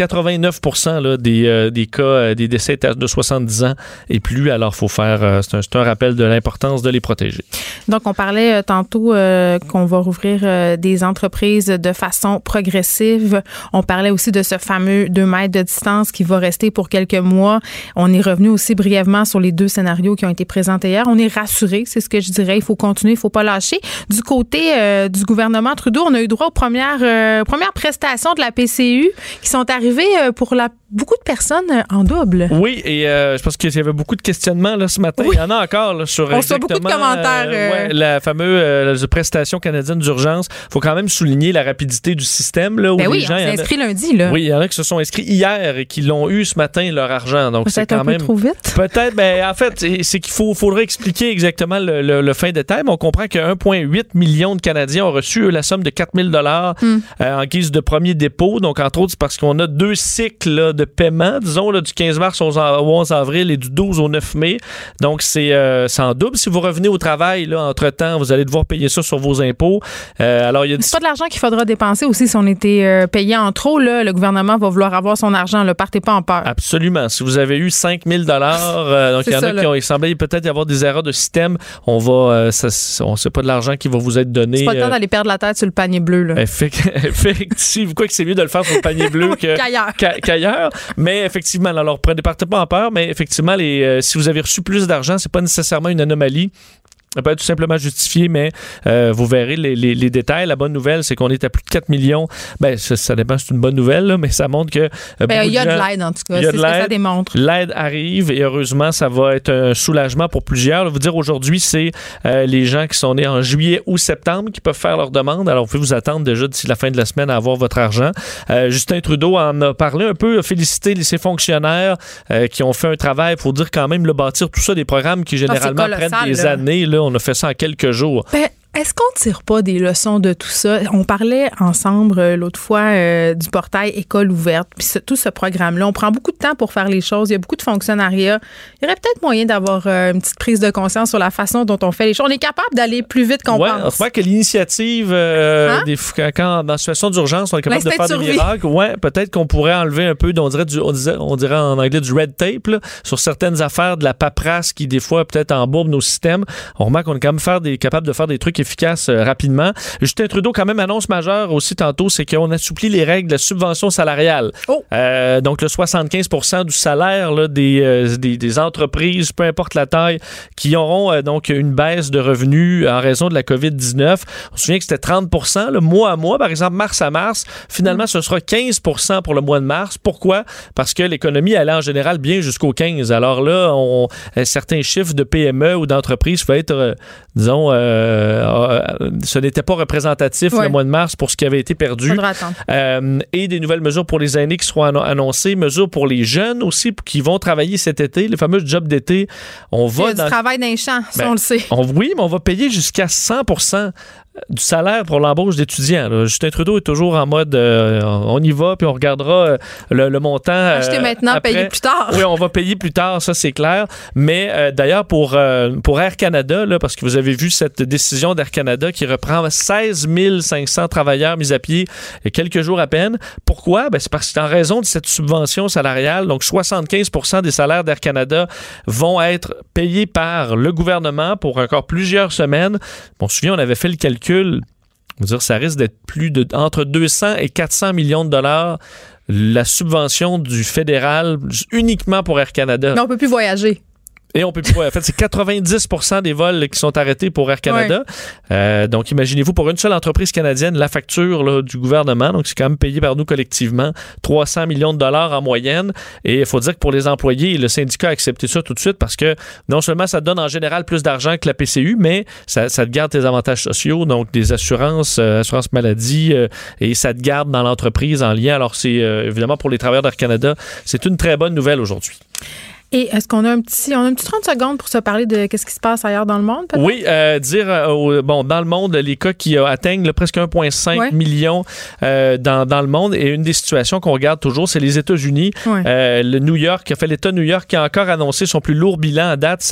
89% là, des cas, des décès de 70 ans et plus. Alors, il faut faire... c'est un rappel de l'importance de les protéger. Donc, on parlait tantôt qu'on va rouvrir des entreprises de façon progressive. On parlait aussi de ce fameux 2 mètres de distance qui va rester pour quelques mois. On est revenu aussi brièvement sur les 2 scénarios qui ont été présentés hier. On est rassurés, c'est ce que je dirais. Il faut continuer, il ne faut pas lâcher. Du côté du gouvernement Trudeau, on a eu droit aux premières prestations de la PCU qui sont arrivées pour beaucoup de personnes en double. Oui, et je pense qu'il y avait beaucoup de questionnements là, ce matin. Oui. Il y en a encore là, sur on reçoit beaucoup de commentaires. La fameuse prestation canadienne d'urgence. Il faut quand même souligner la rapidité du système. Là, où les oui, gens, on s'est inscrit lundi. Là. Oui, il y en a qui se sont inscrits hier et qui l'ont eu ce matin, leur argent. Donc, peut-être c'est quand un même peu trop vite. Peut-être, mais en fait, c'est qu'il faudrait expliquer exactement le fin détail. Mais on comprend que 1,8 million de Canadiens ont reçu la somme de 4 000 $ en guise de premier dépôt. Donc, entre autres, c'est parce qu'on a 2 cycles là, de de paiement, disons, là, du 15 mars au 11 avril et du 12 au 9 mai. Donc, c'est en double. Si vous revenez au travail, là, entre-temps, vous allez devoir payer ça sur vos impôts. Alors, c'est pas de l'argent qu'il faudra dépenser aussi si on était payé en trop. Là, le gouvernement va vouloir avoir son argent. Là, partez pas en peur. Absolument. Si vous avez eu 5 000 donc il y en a qui ont semblé peut-être y avoir des erreurs de système. C'est pas de l'argent qui va vous être donné. C'est pas le temps d'aller perdre la tête sur le panier bleu. Là. Effectivement, quoi que c'est mieux de le faire sur le panier bleu qu'ailleurs. Mais effectivement, alors partez pas en peur, mais effectivement, si vous avez reçu plus d'argent, c'est pas nécessairement une anomalie. Ça peut être tout simplement justifié, mais vous verrez les détails. La bonne nouvelle, c'est qu'on est à plus de 4 millions. Ben, ça dépend, c'est une bonne nouvelle, là, mais ça montre que... il y a de l'aide, en tout cas. C'est ce que ça démontre. L'aide arrive et heureusement, ça va être un soulagement pour plusieurs. Vous dire, aujourd'hui, c'est les gens qui sont nés en juillet ou septembre qui peuvent faire leur demande. Alors, vous pouvez vous attendre déjà d'ici la fin de la semaine à avoir votre argent. Justin Trudeau en a parlé un peu, a félicité ses fonctionnaires qui ont fait un travail, il faut dire quand même, bâtir tout ça, des programmes qui généralement prennent des années. Là, on a fait ça en quelques jours. Est-ce qu'on ne tire pas des leçons de tout ça? On parlait ensemble l'autre fois du portail École ouverte, puis tout ce programme-là. On prend beaucoup de temps pour faire les choses. Il y a beaucoup de fonctionnariat. Il y aurait peut-être moyen d'avoir une petite prise de conscience sur la façon dont on fait les choses. On est capable d'aller plus vite qu'on pense. On voit que l'initiative, quand dans situation d'urgence, on est capable de faire des miracles. Ouais, peut-être qu'on pourrait enlever un peu, on dirait en anglais du red tape, là, sur certaines affaires, de la paperasse qui, des fois, peut-être embourbe nos systèmes. On remarque qu'on est quand même capable de faire des trucs efficace rapidement. Justin Trudeau, quand même, annonce majeure aussi tantôt, c'est qu'on assouplit les règles de la subvention salariale. Donc, le 75% du salaire là, des entreprises, peu importe la taille, qui auront donc une baisse de revenus en raison de la COVID-19. On se souvient que c'était 30% le mois à mois, par exemple, mars à mars. Finalement, ce sera 15% pour le mois de mars. Pourquoi? Parce que l'économie allait en général bien jusqu'au 15. Alors là, certains chiffres de PME ou d'entreprises peuvent être, disons, ce n'était pas représentatif le mois de mars pour ce qui avait été perdu. Et des nouvelles mesures pour les aînés qui seront annoncées, mesures pour les jeunes aussi qui vont travailler cet été, les fameux jobs d'été. Il y a du travail dans les champs, ça on le sait. Oui, mais on va payer jusqu'à 100% du salaire pour l'embauche d'étudiants. Là. Justin Trudeau est toujours en mode on y va puis on regardera le montant. Acheter maintenant, payer plus tard. Oui, on va payer plus tard, ça c'est clair. Mais d'ailleurs pour Air Canada, là, parce que vous avez vu cette décision d'Air Canada qui reprend 16 500 travailleurs mis à pied il y a quelques jours à peine. Pourquoi? C'est parce que c'est en raison de cette subvention salariale. Donc 75% des salaires d'Air Canada vont être payés par le gouvernement pour encore plusieurs semaines. On se souvient, on avait fait le calcul. Ça risque d'être entre 200 et 400 millions de dollars la subvention du fédéral uniquement pour Air Canada. Mais on peut plus voyager. Et on peut plus. En fait, c'est 90% des vols qui sont arrêtés pour Air Canada. Donc, imaginez-vous, pour une seule entreprise canadienne, la facture là, du gouvernement, donc c'est quand même payé par nous collectivement, 300 millions de dollars en moyenne. Et il faut dire que pour les employés, le syndicat a accepté ça tout de suite parce que non seulement ça te donne en général plus d'argent que la PCU, mais ça te garde tes avantages sociaux, donc des assurances, assurance maladie, et ça te garde dans l'entreprise en lien. Alors, c'est évidemment pour les travailleurs d'Air Canada, c'est une très bonne nouvelle aujourd'hui. Et est-ce qu'on a un petit 30 secondes pour se parler de qu'est-ce qui se passe ailleurs dans le monde, peut-être? Oui, dans le monde, les cas qui atteignent presque 1,5 million dans le monde. Et une des situations qu'on regarde toujours, c'est les États-Unis. Le New York, l'État de New York qui a encore annoncé son plus lourd bilan à date,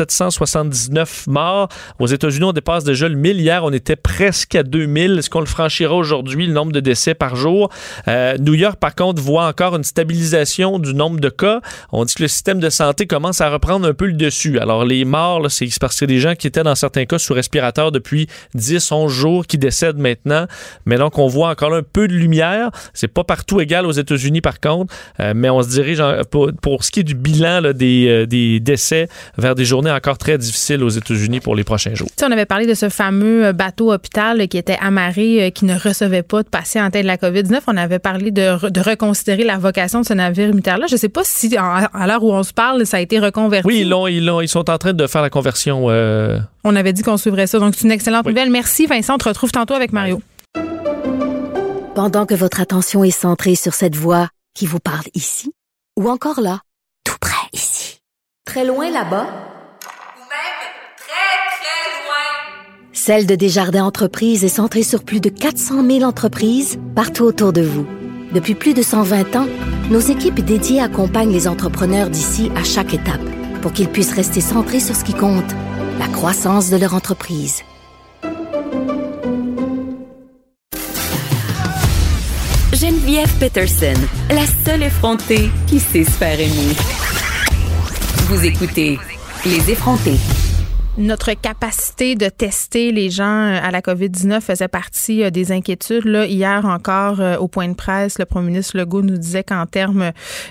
779 morts. Aux États-Unis, on dépasse déjà le 1000. Hier, on était presque à 2000. Est-ce qu'on le franchira aujourd'hui, le nombre de décès par jour? New York, par contre, voit encore une stabilisation du nombre de cas. On dit que le système de santé commence à reprendre un peu le dessus. Alors, les morts, là, c'est parce que c'est des gens qui étaient dans certains cas sous respirateur depuis 10-11 jours qui décèdent maintenant. Mais donc, on voit encore là, un peu de lumière. C'est pas partout égal aux États-Unis, par contre. Mais on se dirige pour ce qui est du bilan là, des décès vers des journées encore très difficiles aux États-Unis pour les prochains jours. Tu sais, on avait parlé de ce fameux bateau hôpital qui était amarré, qui ne recevait pas de patients atteints de la COVID-19. On avait parlé de reconsidérer la vocation de ce navire militaire-là. Je ne sais pas si, à l'heure où on se parle, ça a été reconverti. Oui, ils sont en train de faire la conversion. On avait dit qu'on suivrait ça, donc c'est une excellente nouvelle. Merci Vincent, on te retrouve tantôt avec Mario. Pendant que votre attention est centrée sur cette voix qui vous parle ici, ou encore là, tout près ici, très loin là-bas, ou même très, très loin, celle de Desjardins Entreprises est centrée sur plus de 400 000 entreprises partout autour de vous. Depuis plus de 120 ans, Nos équipes dédiées accompagnent les entrepreneurs d'ici à chaque étape pour qu'ils puissent rester centrés sur ce qui compte, la croissance de leur entreprise. Geneviève Peterson, la seule effrontée qui sait se faire aimer. Vous écoutez Les effrontés. Notre capacité de tester les gens à la COVID-19 faisait partie des inquiétudes. Là, hier encore, au point de presse, le premier ministre Legault nous disait qu'en termes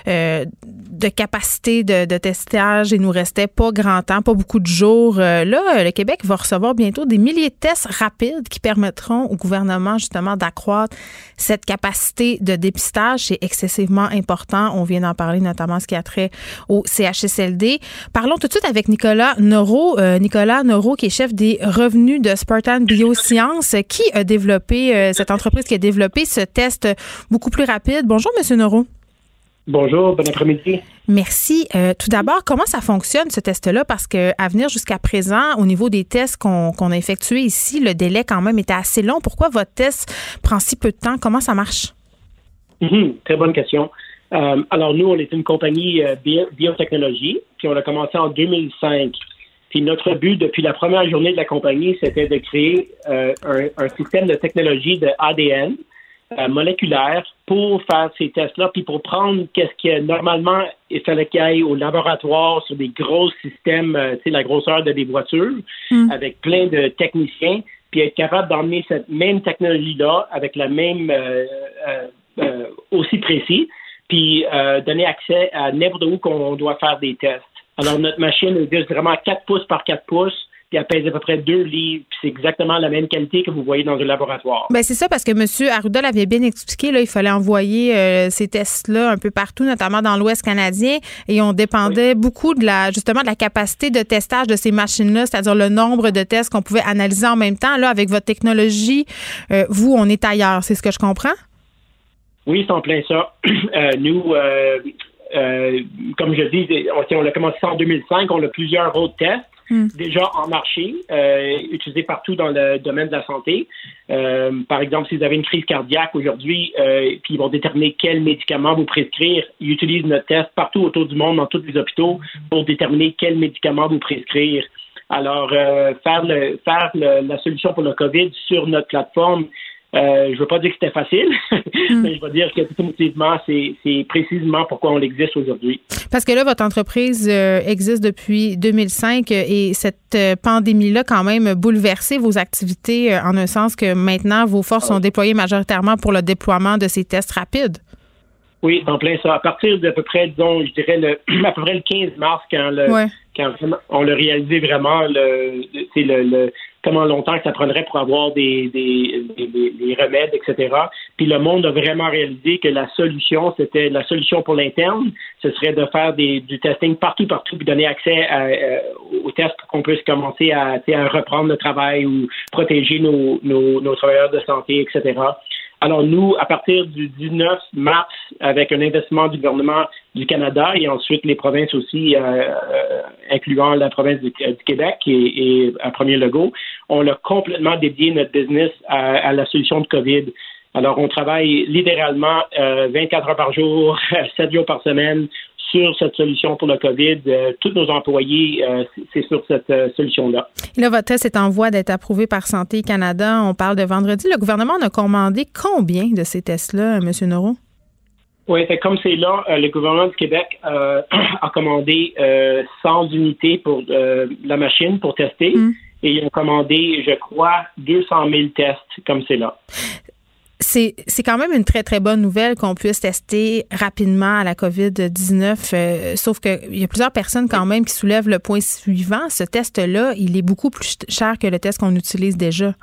de capacité de testage, il nous restait pas grand temps, pas beaucoup de jours. Là, le Québec va recevoir bientôt des milliers de tests rapides qui permettront au gouvernement justement d'accroître cette capacité de dépistage. C'est excessivement important. On vient d'en parler, notamment ce qui a trait au CHSLD. Parlons tout de suite avec Nicolas Noreau. Nicolas Noreau, qui est chef des revenus de Spartan Biosciences, qui a développé, cette entreprise qui a développé ce test beaucoup plus rapide. Bonjour, M. Noreau. Bonjour, bon après-midi. Merci. Tout d'abord, comment ça fonctionne, ce test-là? Parce qu'à venir jusqu'à présent, au niveau des tests qu'on a effectués ici, le délai quand même était assez long. Pourquoi votre test prend si peu de temps? Comment ça marche? Très bonne question. Alors, nous, on est une compagnie biotechnologie, puis on a commencé en 2005. Puis notre but, depuis la première journée de la compagnie, c'était de créer un système de technologie de ADN moléculaire pour faire ces tests-là, puis pour prendre qu'est-ce que normalement il fallait qu'il aille au laboratoire sur des gros systèmes, tu sais, la grosseur de des voitures, avec plein de techniciens, puis être capable d'emmener cette même technologie-là avec la même aussi précis, puis donner accès à n'importe où qu'on doit faire des tests. Alors, notre machine est vraiment 4 pouces par 4 pouces, puis elle pèse à peu près 2 livres, puis c'est exactement la même qualité que vous voyez dans un laboratoire. Bien, c'est ça, parce que M. Arruda l'avait bien expliqué, là, il fallait envoyer ces tests-là un peu partout, notamment dans l'Ouest canadien, et on dépendait beaucoup de la capacité de testage de ces machines-là, c'est-à-dire le nombre de tests qu'on pouvait analyser en même temps. Là, avec votre technologie, vous, on est ailleurs, c'est ce que je comprends? Oui, c'est en plein ça. Nous... comme je dis, on a commencé en 2005, on a plusieurs autres tests déjà en marché, utilisés partout dans le domaine de la santé. Par exemple, si vous avez une crise cardiaque aujourd'hui, puis ils vont déterminer quel médicament vous prescrire, ils utilisent notre test partout autour du monde, dans tous les hôpitaux, pour déterminer quel médicament vous prescrire. Alors, faire la solution pour le COVID sur notre plateforme, je ne veux pas dire que c'était facile, mais je vais dire que définitivement, c'est précisément pourquoi on existe aujourd'hui. Parce que là, votre entreprise existe depuis 2005 et cette pandémie-là quand même bouleversé vos activités en un sens que maintenant, vos forces sont déployées majoritairement pour le déploiement de ces tests rapides. Oui, en plein ça. À partir d'à peu près, disons, je dirais à peu près le 15 mars, quand on l'a réalisé vraiment, comment longtemps que ça prendrait pour avoir des remèdes, etc. Puis le monde a vraiment réalisé que la solution pour l'interne, ce serait de faire du testing partout, puis donner accès aux tests pour qu'on puisse commencer à reprendre le travail ou protéger nos travailleurs de santé, etc. Alors nous, à partir du 19 mars, avec un investissement du gouvernement du Canada et ensuite les provinces aussi, incluant la province du Québec et à Premier Legault, on a complètement dédié notre business à la solution de COVID. Alors on travaille littéralement 24 heures par jour, 7 jours par semaine sur cette solution pour le COVID. Tous nos employés, c'est sur cette solution-là. Là, votre test est en voie d'être approuvé par Santé Canada. On parle de vendredi. Le gouvernement en a commandé combien de ces tests-là, M. Noreau? Oui, comme c'est là, le gouvernement du Québec a commandé 100 unités pour la machine pour tester et ils ont commandé, je crois, 200 000 tests comme c'est là. C'est quand même une très, très bonne nouvelle qu'on puisse tester rapidement à la COVID-19, sauf qu'il y a plusieurs personnes quand même qui soulèvent le point suivant. Ce test-là, il est beaucoup plus cher que le test qu'on utilise déjà.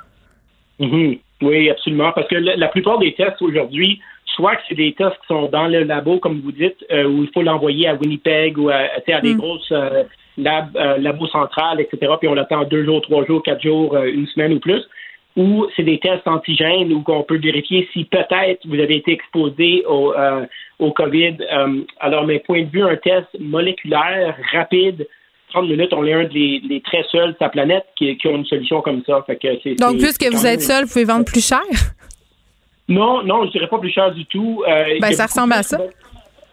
Oui, absolument, parce que la plupart des tests aujourd'hui, soit que c'est des tests qui sont dans le labo, comme vous dites, où il faut l'envoyer à Winnipeg ou à des grosses labos centrales, etc., puis on l'attend 2 jours, 3 jours, 4 jours, une semaine ou plus, ou c'est des tests antigènes où on peut vérifier si peut-être vous avez été exposé au COVID. Alors, mes points de vue, un test moléculaire, rapide, 30 minutes, on est un des très seuls sur la planète qui ont une solution comme ça. Fait que donc, puisque vous êtes seul, vous pouvez vendre plus cher? Non, je dirais pas plus cher du tout. Ça ressemble à ça.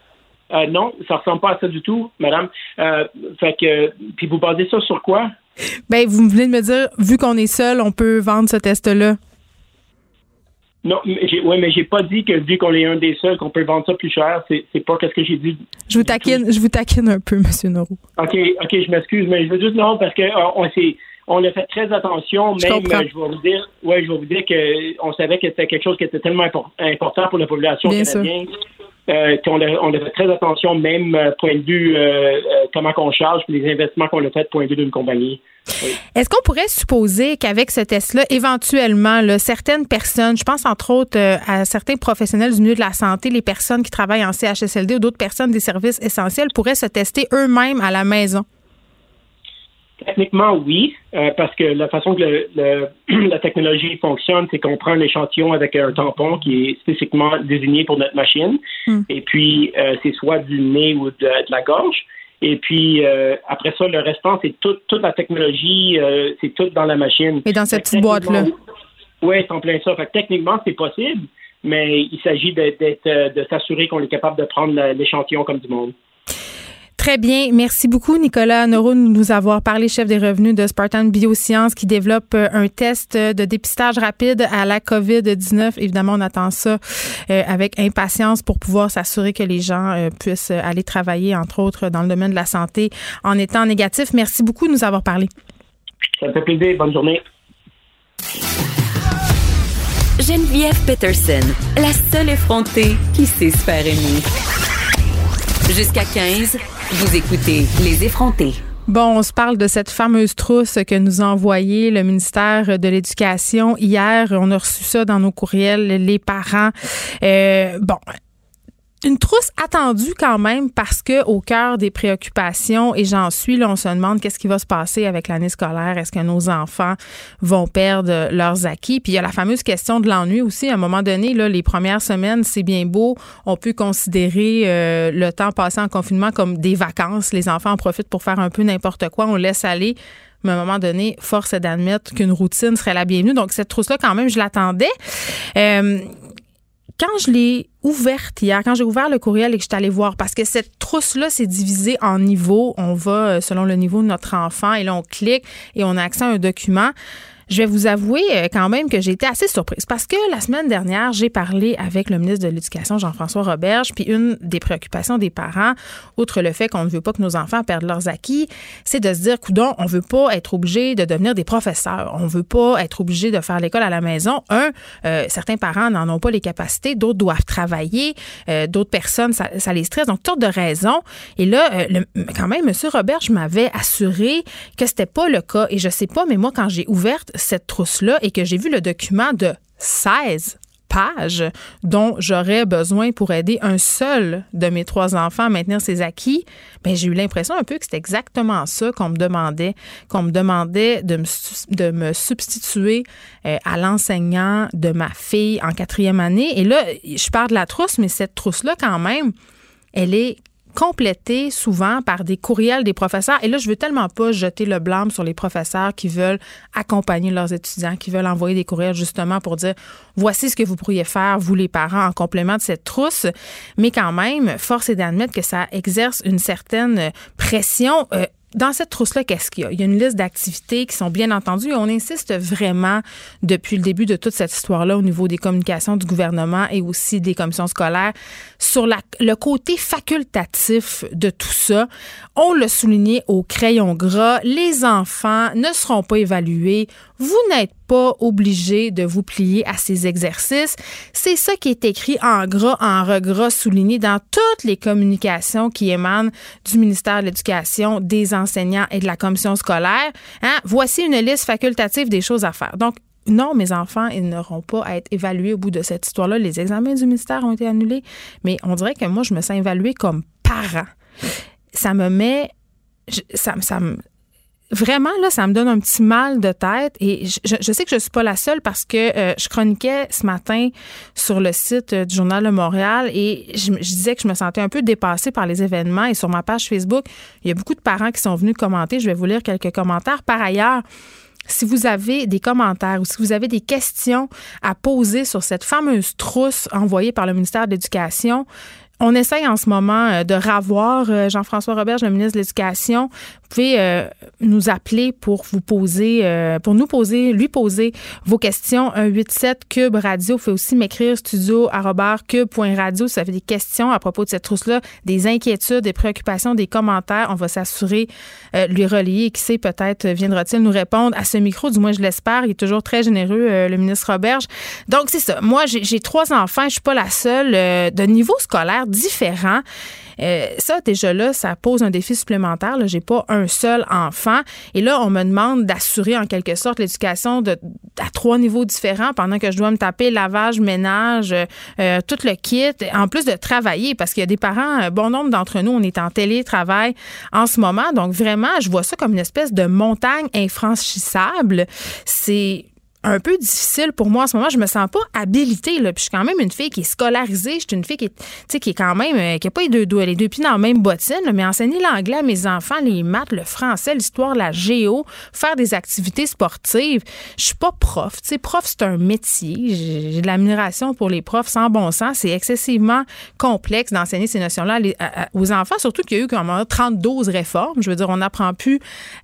Non, ça ressemble pas à ça du tout, madame. Puis vous basez ça sur quoi? Ben, vous venez de me dire, vu qu'on est seul, on peut vendre ce test-là. Non, mais j'ai pas dit que vu qu'on est un des seuls, qu'on peut vendre ça plus cher. C'est pas ce que j'ai dit. Je vous taquine un peu, M. Nauraud. OK, je m'excuse, mais je veux juste non, parce que on a fait très attention. Même, je vais vous dire qu'on savait que c'était quelque chose qui était tellement important pour la population canadienne. On a fait très attention, même point de vue comment qu'on charge, puis les investissements qu'on a fait point de vue d'une compagnie. Oui. Est-ce qu'on pourrait supposer qu'avec ce test-là, éventuellement, là, certaines personnes, je pense entre autres à certains professionnels du milieu de la santé, les personnes qui travaillent en CHSLD ou d'autres personnes des services essentiels, pourraient se tester eux-mêmes à la maison? Techniquement, oui, parce que la façon que la technologie fonctionne, c'est qu'on prend un échantillon avec un tampon qui est spécifiquement désigné pour notre machine, et puis c'est soit du nez ou de la gorge. Et puis, après ça, le restant, c'est toute la technologie, c'est tout dans la machine. Et dans cette petite boîte-là. Oui, c'est en plein ça. Fait que techniquement, c'est possible, mais il s'agit de s'assurer qu'on est capable de prendre l'échantillon comme du monde. Très bien. Merci beaucoup, Nicolas Nauraud, de nous avoir parlé, chef des revenus de Spartan Biosciences, qui développe un test de dépistage rapide à la COVID-19. Évidemment, on attend ça avec impatience pour pouvoir s'assurer que les gens puissent aller travailler, entre autres, dans le domaine de la santé en étant négatif. Merci beaucoup de nous avoir parlé. Ça me fait plaisir. Bonne journée. Geneviève Peterson, la seule effrontée qui sait se faire aimer. Jusqu'à 15, vous écoutez Les effrontés. Bon, on se parle de cette fameuse trousse que nous a envoyée le ministère de l'Éducation hier. On a reçu ça dans nos courriels, les parents. Une trousse attendue quand même parce que au cœur des préoccupations, et j'en suis, là, on se demande qu'est-ce qui va se passer avec l'année scolaire. Est-ce que nos enfants vont perdre leurs acquis? Puis il y a la fameuse question de l'ennui aussi. À un moment donné, là, les premières semaines, c'est bien beau. On peut considérer le temps passé en confinement comme des vacances. Les enfants en profitent pour faire un peu n'importe quoi. On laisse aller. Mais à un moment donné, force est d'admettre qu'une routine serait la bienvenue. Donc cette trousse-là, quand même, je l'attendais. Quand je l'ai ouverte hier, quand j'ai ouvert le courriel et que je suis allée voir, parce que cette trousse-là, c'est divisé en niveaux. On va selon le niveau de notre enfant et là, on clique et on a accès à un document. Je vais vous avouer quand même que j'ai été assez surprise parce que la semaine dernière, j'ai parlé avec le ministre de l'Éducation, Jean-François Roberge, puis une des préoccupations des parents, outre le fait qu'on ne veut pas que nos enfants perdent leurs acquis, c'est de se dire, coudonc, on veut pas être obligé de devenir des professeurs. On veut pas être obligé de faire l'école à la maison. Certains parents n'en ont pas les capacités, d'autres doivent travailler, d'autres personnes, ça les stresse. Donc, toutes sortes de raisons. Et là, quand même, M. Roberge m'avait assuré que c'était pas le cas. Et je sais pas, mais moi, quand j'ai ouverte cette trousse-là et que j'ai vu le document de 16 pages dont j'aurais besoin pour aider un seul de mes 3 enfants à maintenir ses acquis, bien, j'ai eu l'impression un peu que c'était exactement ça qu'on me demandait de me substituer à l'enseignant de ma fille en 4e année. Et là, je parle de la trousse, mais cette trousse-là, quand même, elle est complétée souvent par des courriels des professeurs. Et là, je veux tellement pas jeter le blâme sur les professeurs qui veulent accompagner leurs étudiants, qui veulent envoyer des courriels justement pour dire voici ce que vous pourriez faire, vous les parents, en complément de cette trousse. Mais quand même, force est d'admettre que ça exerce une certaine pression. Dans cette trousse-là, qu'est-ce qu'il y a? Il y a une liste d'activités qui sont bien entendues et on insiste vraiment depuis le début de toute cette histoire-là au niveau des communications du gouvernement et aussi des commissions scolaires sur le côté facultatif de tout ça. On l'a souligné au crayon gras, les enfants ne seront pas évalués. Vous n'êtes pas obligé de vous plier à ces exercices. C'est ça qui est écrit en gras, en regras, souligné dans toutes les communications qui émanent du ministère de l'Éducation, des enseignants et de la commission scolaire. Voici une liste facultative des choses à faire. Donc, non, mes enfants, ils n'auront pas à être évalués au bout de cette histoire-là. Les examens du ministère ont été annulés, mais on dirait que moi, je me sens évaluée comme parent. Ça me met... Vraiment, là, ça me donne un petit mal de tête et je sais que je suis pas la seule parce que je chroniquais ce matin sur le site du Journal de Montréal et je disais que je me sentais un peu dépassée par les événements et sur ma page Facebook, il y a beaucoup de parents qui sont venus commenter. Je vais vous lire quelques commentaires. Par ailleurs, si vous avez des commentaires ou si vous avez des questions à poser sur cette fameuse trousse envoyée par le ministère de l'Éducation, On essaye en ce moment de ravoir Jean-François Roberge, le ministre de l'Éducation. Vous pouvez nous appeler pour lui poser vos questions. 187-CUBE Radio. Vous pouvez aussi m'écrire studio@cube.radio si vous avez des questions à propos de cette trousse-là, des inquiétudes, des préoccupations, des commentaires. On va s'assurer lui relayer. Qui sait, peut-être viendra-t-il nous répondre à ce micro. Du moins, je l'espère. Il est toujours très généreux, le ministre Roberge. Donc, c'est ça. Moi, j'ai 3 enfants. Je suis pas la seule. De niveau scolaire différent. Ça, déjà là, ça pose un défi supplémentaire. Là, j'ai pas un seul enfant. Et là, on me demande d'assurer en quelque sorte l'éducation à 3 niveaux différents pendant que je dois me taper lavage, ménage, tout le kit, en plus de travailler, parce qu'il y a des parents, bon nombre d'entre nous, on est en télétravail en ce moment. Donc, vraiment, je vois ça comme une espèce de montagne infranchissable. C'est un peu difficile pour moi en ce moment. Je me sens pas habilitée, là. Puis je suis quand même une fille qui est scolarisée. Je suis une fille qui est quand même, qui a pas les 2 pieds dans la même bottine, là, mais enseigner l'anglais à mes enfants, les maths, le français, l'histoire, la géo, faire des activités sportives. Je suis pas prof. Tu sais, prof, c'est un métier. J'ai de l'admiration pour les profs sans bon sens. C'est excessivement complexe d'enseigner ces notions-là aux enfants, surtout qu'il y a eu comme 32 réformes. Je veux dire, on n'apprend plus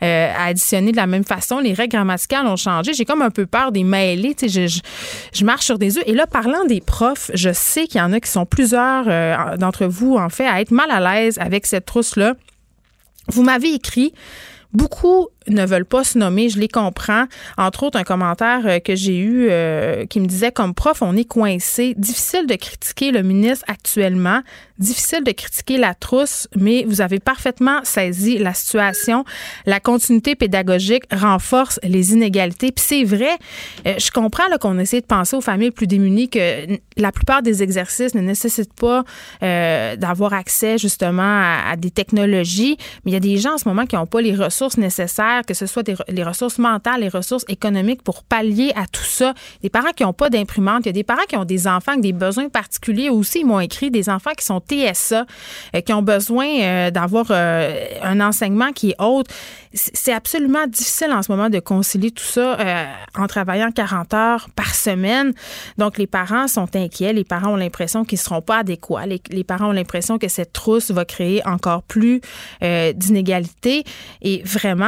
à additionner de la même façon. Les règles grammaticales ont changé. J'ai comme un peu peur des mêlés, tu sais, je marche sur des œufs. Et là, parlant des profs, je sais qu'il y en a qui sont plusieurs d'entre vous, en fait, à être mal à l'aise avec cette trousse-là. Vous m'avez écrit, beaucoup ne veulent pas se nommer, je les comprends. Entre autres, un commentaire que j'ai eu qui me disait, comme prof, on est coincé. Difficile de critiquer le ministre actuellement, difficile de critiquer la trousse, mais vous avez parfaitement saisi la situation. La continuité pédagogique renforce les inégalités. Puis c'est vrai, je comprends là, qu'on essaie de penser aux familles plus démunies, que la plupart des exercices ne nécessitent pas d'avoir accès justement à des technologies, mais il y a des gens en ce moment qui n'ont pas les ressources nécessaires, que ce soit les ressources mentales, les ressources économiques pour pallier à tout ça. Des parents qui n'ont pas d'imprimante, il y a des parents qui ont des enfants avec des besoins particuliers aussi. Ils m'ont écrit des enfants qui sont TSA, qui ont besoin d'avoir un enseignement qui est autre. C'est absolument difficile en ce moment de concilier tout ça en travaillant 40 heures par semaine. Donc, les parents sont inquiets. Les parents ont l'impression qu'ils ne seront pas adéquats. Les parents ont l'impression que cette trousse va créer encore plus d'inégalités. Et vraiment,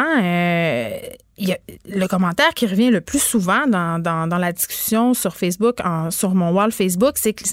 il y a le commentaire qui revient le plus souvent dans la discussion sur Facebook, sur mon wall Facebook, c'est que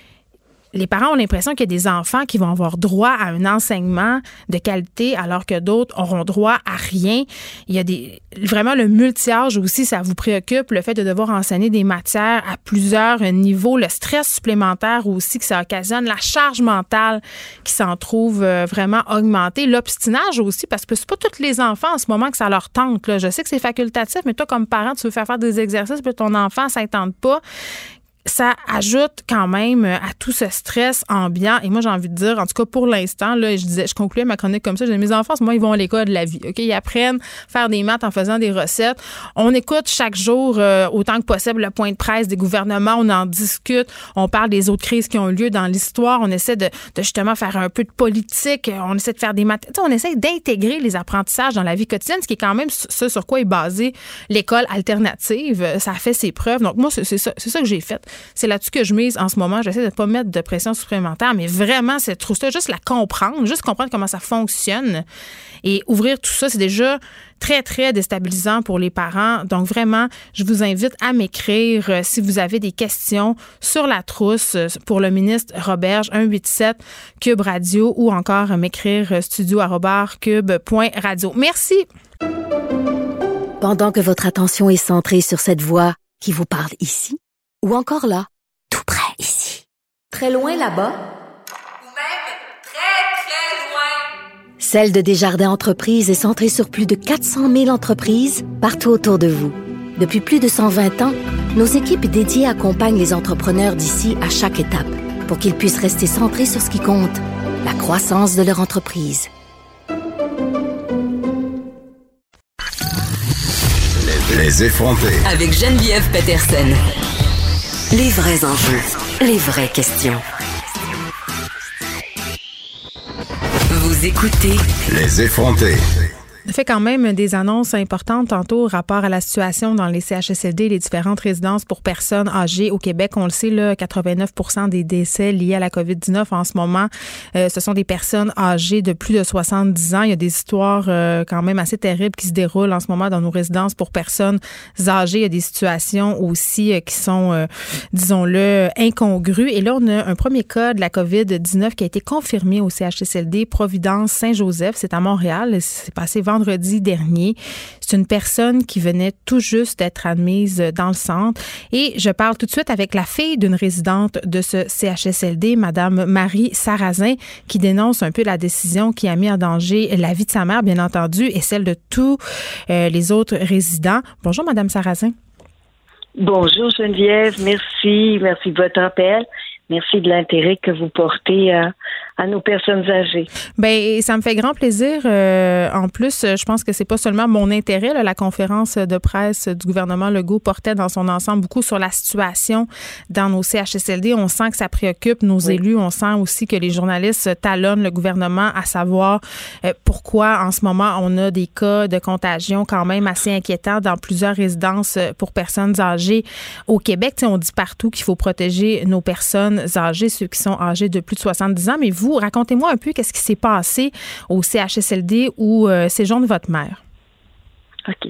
les parents ont l'impression qu'il y a des enfants qui vont avoir droit à un enseignement de qualité alors que d'autres auront droit à rien. Il y a vraiment le multi-âge aussi, ça vous préoccupe, le fait de devoir enseigner des matières à plusieurs niveaux, le stress supplémentaire aussi que ça occasionne, la charge mentale qui s'en trouve vraiment augmentée, l'obstinage aussi, parce que c'est pas tous les enfants en ce moment que ça leur tente, là. Je sais que c'est facultatif, mais toi, comme parent, tu veux faire des exercices, puis ton enfant, ça ne tente pas. Ça ajoute quand même à tout ce stress ambiant. Et moi, j'ai envie de dire, en tout cas pour l'instant, là, je concluais ma chronique comme ça. Je dis, mes enfants, moi, ils vont à l'école de la vie. OK? Ils apprennent à faire des maths en faisant des recettes. On écoute chaque jour, autant que possible, le point de presse des gouvernements. On en discute. On parle des autres crises qui ont lieu dans l'histoire. On essaie de justement faire un peu de politique. On essaie de faire des maths. Tu sais, on essaie d'intégrer les apprentissages dans la vie quotidienne, ce qui est quand même ce sur quoi est basée l'école alternative. Ça a fait ses preuves. Donc, moi, c'est ça que j'ai fait. C'est là-dessus que je mise en ce moment. J'essaie de ne pas mettre de pression supplémentaire, mais vraiment, cette trousse-là, juste comprendre comment ça fonctionne et ouvrir tout ça, c'est déjà très, très déstabilisant pour les parents. Donc, vraiment, je vous invite à m'écrire si vous avez des questions sur la trousse pour le ministre Roberge, 187-CUBE Radio ou encore m'écrire studio@cube.radio. Merci. Pendant que votre attention est centrée sur cette voix qui vous parle ici, ou encore là, tout près ici, très loin là-bas, ou même très, très loin. Celle de Desjardins Entreprises est centrée sur plus de 400 000 entreprises partout autour de vous. Depuis plus de 120 ans, nos équipes dédiées accompagnent les entrepreneurs d'ici à chaque étape pour qu'ils puissent rester centrés sur ce qui compte, la croissance de leur entreprise. Les effrontés. Avec Geneviève Peterson. Les vrais enjeux, les vraies questions. Vous écoutez Les effrontés. fait quand même des annonces importantes tantôt rapport à la situation dans les CHSLD, les différentes résidences pour personnes âgées au Québec. On le sait, là, 89% des décès liés à la COVID-19 en ce moment, ce sont des personnes âgées de plus de 70 ans. Il y a des histoires quand même assez terribles qui se déroulent en ce moment dans nos résidences pour personnes âgées. Il y a des situations aussi qui sont, disons-le, incongrues. Et là, on a un premier cas de la COVID-19 qui a été confirmé au CHSLD Providence Saint-Joseph. C'est à Montréal. C'est passé vendredi dernier. C'est une personne qui venait tout juste d'être admise dans le centre. Et je parle tout de suite avec la fille d'une résidente de ce CHSLD, Madame Marie Sarrazin, qui dénonce un peu la décision qui a mis en danger la vie de sa mère, bien entendu, et celle de tous les autres résidents. Bonjour, Madame Sarrazin. Bonjour, Geneviève. Merci de votre appel. Merci de l'intérêt que vous portez à nos personnes âgées. Bien, ça me fait grand plaisir. En plus, je pense que c'est pas seulement mon intérêt. Là, la conférence de presse du gouvernement Legault portait dans son ensemble beaucoup sur la situation dans nos CHSLD. On sent que ça préoccupe nos élus. On sent aussi que les journalistes talonnent le gouvernement à savoir pourquoi en ce moment on a des cas de contagion quand même assez inquiétants dans plusieurs résidences pour personnes âgées au Québec. T'sais, on dit partout qu'il faut protéger nos personnes âgés, ceux qui sont âgés de plus de 70 ans. Mais vous, racontez-moi un peu qu'est-ce qui s'est passé au CHSLD où séjourne votre mère. OK.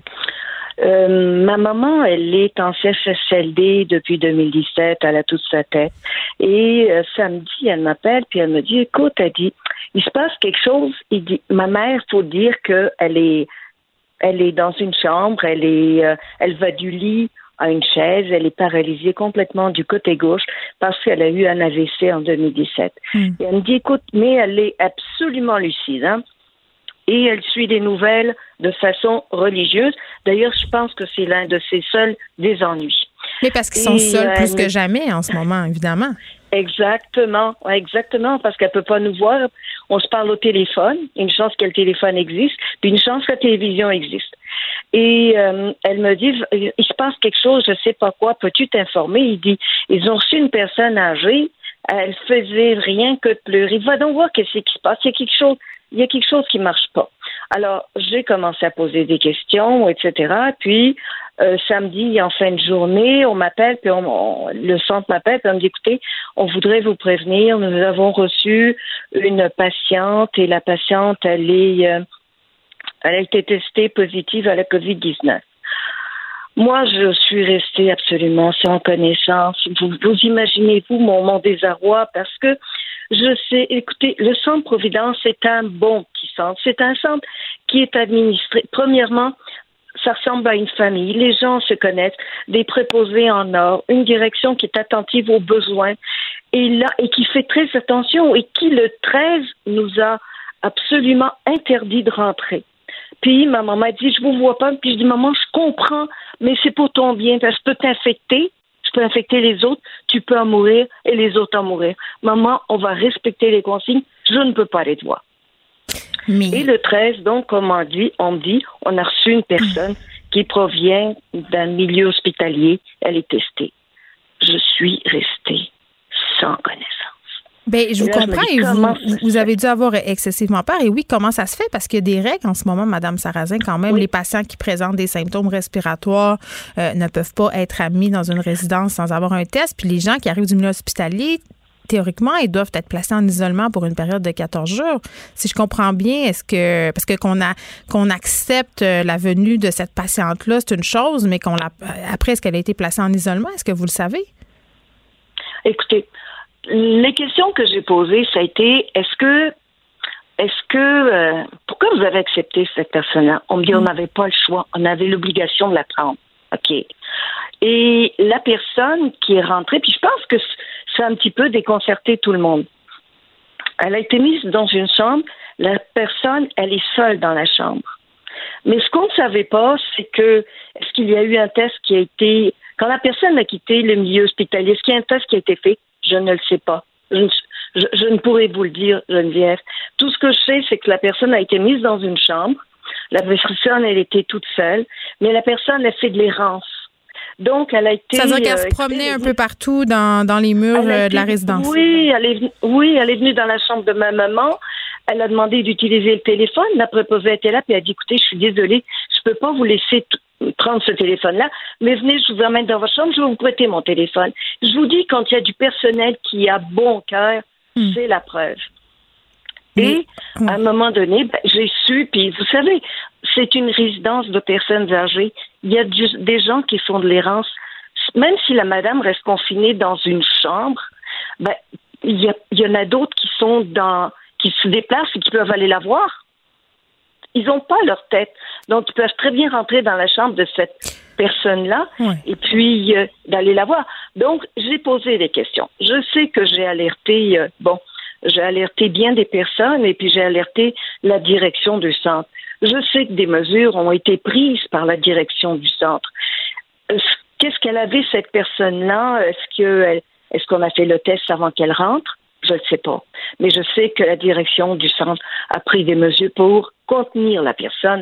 Ma maman, elle est en CHSLD depuis 2017. Elle a toute sa tête. Et samedi, elle m'appelle puis elle me dit, écoute, elle dit, il se passe quelque chose. Il dit, ma mère, faut dire qu'elle est dans une chambre. Elle va du lit à une chaise, elle est paralysée complètement du côté gauche parce qu'elle a eu un AVC en 2017. Et elle me dit, écoute, mais elle est absolument lucide, hein? Et elle suit des nouvelles de façon religieuse. D'ailleurs, je pense que c'est l'un de ses seuls désennuis. Mais parce qu'ils sont seuls plus que jamais en ce moment, évidemment. Exactement, parce qu'elle peut pas nous voir. On se parle au téléphone. Une chance que le téléphone existe, puis une chance que la télévision existe. Et elle me dit, il se passe quelque chose, je sais pas quoi, peux-tu t'informer? Il dit, ils ont reçu une personne âgée, elle faisait rien que de pleurer. Va donc voir qu'est-ce qui se passe. Il y a quelque chose qui marche pas. Alors, j'ai commencé à poser des questions, etc. Puis, samedi, en fin de journée, on m'appelle, puis le centre m'appelle, puis on me dit, écoutez, on voudrait vous prévenir, nous avons reçu une patiente, et la patiente, elle a été testée positive à la COVID-19. Moi, je suis restée absolument sans connaissance. Vous imaginez-vous mon désarroi parce que je sais, écoutez, le Centre Providence, c'est un bon petit centre. C'est un centre qui est administré. Premièrement, ça ressemble à une famille. Les gens se connaissent, des préposés en or, une direction qui est attentive aux besoins et qui fait très attention et qui, le 13, nous a absolument interdit de rentrer. Puis ma maman dit, je vous vois pas. Puis je dis, maman, je comprends, mais c'est pour ton bien. Parce que je peux t'infecter, je peux infecter les autres, tu peux en mourir et les autres en mourir. Maman, on va respecter les consignes, je ne peux pas aller te voir. Et le 13, donc, comme on me dit, on a reçu une personne qui provient d'un milieu hospitalier. Elle est testée. Je suis restée sans connaissance. Bien, je vous comprends et vous avez dû avoir excessivement peur. Et oui, comment ça se fait? Parce qu'il y a des règles en ce moment, Mme Sarrazin, quand même. Oui. Les patients qui présentent des symptômes respiratoires ne peuvent pas être admis dans une résidence sans avoir un test. Puis les gens qui arrivent du milieu hospitalier, théoriquement, ils doivent être placés en isolement pour une période de 14 jours. Si je comprends bien, est-ce que parce que qu'on accepte la venue de cette patiente-là, c'est une chose, mais après, est-ce qu'elle a été placée en isolement? Est-ce que vous le savez? Écoutez, les questions que j'ai posées, ça a été pourquoi vous avez accepté cette personne-là? On me dit on n'avait pas le choix, on avait l'obligation de la prendre. OK. Et la personne qui est rentrée, puis je pense que ça a un petit peu déconcerté tout le monde. Elle a été mise dans une chambre, la personne, elle est seule dans la chambre. Mais ce qu'on ne savait pas, c'est que est-ce qu'il y a eu un test qui a été... Quand la personne a quitté le milieu hospitalier, est-ce qu'il y a un test qui a été fait? Je ne le sais pas. Je ne pourrais vous le dire, Geneviève. Tout ce que je sais, c'est que la personne a été mise dans une chambre. La personne, elle était toute seule. Mais la personne a fait de l'errance. Donc, elle a été... Ça veut dire qu'elle se promenait un peu partout dans les murs de la résidence. Oui, elle est venue dans la chambre de ma maman. Elle a demandé d'utiliser le téléphone. La préposée était là, puis elle a dit, écoutez, je suis désolée, je peux pas vous laisser prendre ce téléphone-là, mais venez, je vous emmène dans votre chambre, je vais vous prêter mon téléphone. Je vous dis, quand il y a du personnel qui a bon cœur, c'est la preuve. Et à un moment donné, j'ai su, puis vous savez, c'est une résidence de personnes âgées. Il y a des gens qui font de l'errance. Même si la madame reste confinée dans une chambre, il y en a d'autres qui se déplacent et qui peuvent aller la voir. Ils n'ont pas leur tête. Donc, ils peuvent très bien rentrer dans la chambre de cette personne-là et puis d'aller la voir. Donc, j'ai posé des questions. Je sais que j'ai alerté, j'ai alerté bien des personnes et puis j'ai alerté la direction du centre. Je sais que des mesures ont été prises par la direction du centre. Qu'est-ce qu'elle avait, cette personne-là? Est-ce qu'on a fait le test avant qu'elle rentre? Je ne sais pas. Mais je sais que la direction du centre a pris des mesures pour contenir la personne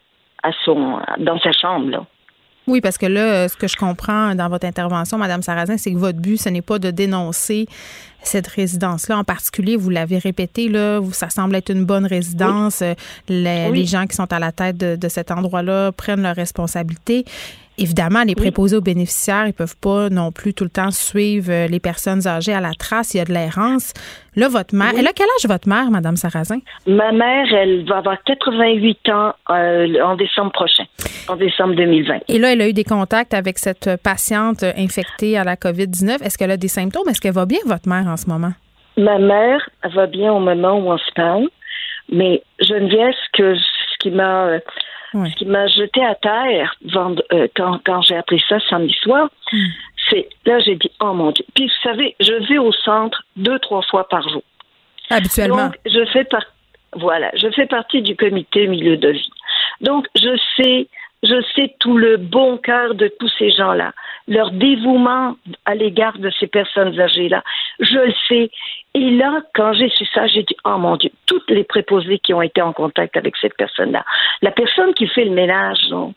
dans sa chambre, là. Oui, parce que là, ce que je comprends dans votre intervention, Mme Sarrazin, c'est que votre but, ce n'est pas de dénoncer cette résidence-là en particulier. Vous l'avez répété, là, ça semble être une bonne résidence. Les gens qui sont à la tête de cet endroit-là prennent leurs responsabilités. Évidemment, les préposés aux bénéficiaires, ils peuvent pas non plus tout le temps suivre les personnes âgées à la trace. Il y a de l'errance. Là, votre mère, elle a quel âge, votre mère, Mme Sarrazin? Ma mère, elle va avoir 88 ans en décembre prochain, en décembre 2020. Et là, elle a eu des contacts avec cette patiente infectée à la COVID-19. Est-ce qu'elle a des symptômes? Est-ce qu'elle va bien, votre mère, en ce moment? Ma mère, elle va bien au moment où on se parle. Mais Geneviève, ce qui m'a jeté à terre quand j'ai appris ça samedi soir, là, j'ai dit, oh mon Dieu. Puis, vous savez, je vais au centre 2-3 fois par jour. Habituellement. Donc, je fais partie du comité milieu de vie. Donc, je sais tout le bon cœur de tous ces gens-là, leur dévouement à l'égard de ces personnes âgées-là. Je le sais. Et là, quand j'ai su ça, j'ai dit, oh mon Dieu, toutes les préposés qui ont été en contact avec cette personne-là, la personne qui fait le ménage,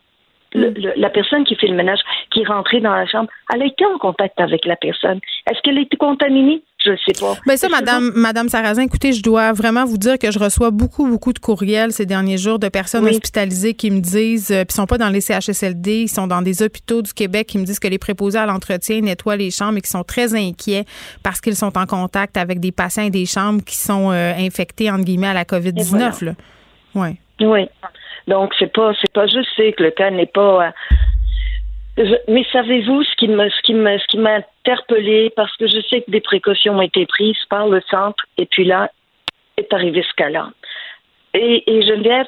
la personne qui fait le ménage, qui est rentrée dans la chambre, elle a été en contact avec la personne. Est-ce qu'elle a été contaminée? Je ne sais pas. Bien ça, Madame Sarrazin, écoutez, je dois vraiment vous dire que je reçois beaucoup de courriels ces derniers jours de personnes hospitalisées qui me disent, puis ils sont pas dans les CHSLD, ils sont dans des hôpitaux du Québec, qui me disent que les préposés à l'entretien nettoient les chambres et qui sont très inquiets parce qu'ils sont en contact avec des patients et des chambres qui sont infectés, entre guillemets, à la COVID-19. Voilà. Là. Oui. Donc, c'est pas, je sais que le cas n'est pas... mais savez-vous ce qui m'a interpellée, parce que je sais que des précautions ont été prises par le centre, et puis là, est arrivé ce cas-là. Et Geneviève,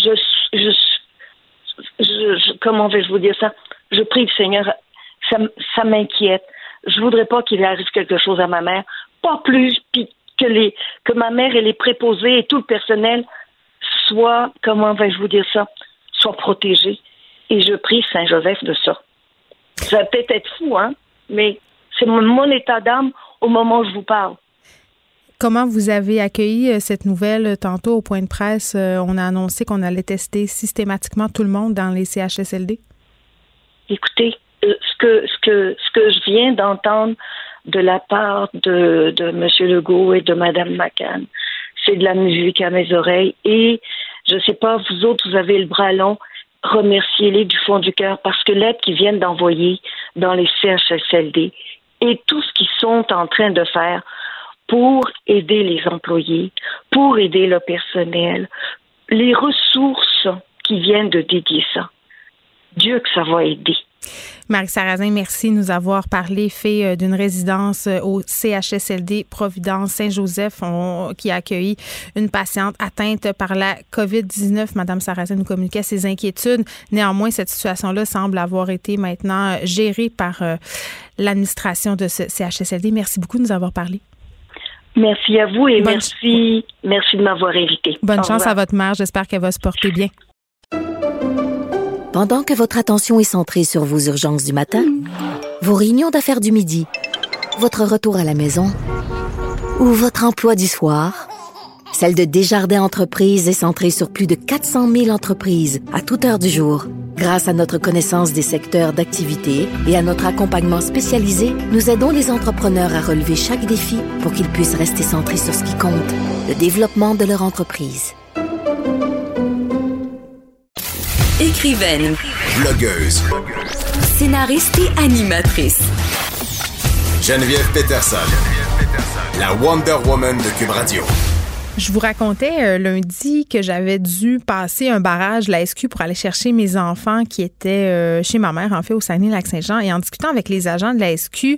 comment vais-je vous dire ça? Je prie le Seigneur, ça m'inquiète. Je voudrais pas qu'il arrive quelque chose à ma mère, pas plus, puis que ma mère et les préposés et tout le personnel soient, comment vais-je vous dire ça, soient protégés. Et je prie Saint-Joseph de ça. Ça va peut-être être fou, mais c'est mon état d'âme au moment où je vous parle. Comment vous avez accueilli cette nouvelle tantôt au point de presse? On a annoncé qu'on allait tester systématiquement tout le monde dans les CHSLD. Écoutez, ce que je viens d'entendre de la part de M. Legault et de Mme McCann, c'est de la musique à mes oreilles. Et je ne sais pas, vous autres, vous avez le bras long. Remerciez-les du fond du cœur parce que l'aide qu'ils viennent d'envoyer dans les CHSLD et tout ce qu'ils sont en train de faire pour aider les employés, pour aider le personnel, les ressources qui viennent de dédier ça. Dieu que ça va aider. Marie Sarrazin, merci de nous avoir parlé, fait d'une résidence au CHSLD Providence Saint-Joseph qui a accueilli une patiente atteinte par la COVID-19. Madame Sarrazin nous communiquait ses inquiétudes. Néanmoins, cette situation-là semble avoir été maintenant gérée par l'administration de ce CHSLD. Merci beaucoup de nous avoir parlé. Merci à vous et merci de m'avoir invité. Bonne chance à votre mère. J'espère qu'elle va se porter bien. Pendant que votre attention est centrée sur vos urgences du matin, vos réunions d'affaires du midi, votre retour à la maison ou votre emploi du soir, Celle de Desjardins Entreprises est centrée sur plus de 400 000 entreprises à toute heure du jour. Grâce à notre connaissance des secteurs d'activité et à notre accompagnement spécialisé, nous aidons les entrepreneurs à relever chaque défi pour qu'ils puissent rester centrés sur ce qui compte, le développement de leur entreprise. Écrivaine, Blogueuse, scénariste et animatrice. Geneviève Peterson, la Wonder Woman de Cube Radio. Je vous racontais lundi que j'avais dû passer un barrage de la SQ pour aller chercher mes enfants qui étaient chez ma mère, en fait, au Saguenay-Lac-Saint-Jean. Et en discutant avec les agents de la SQ,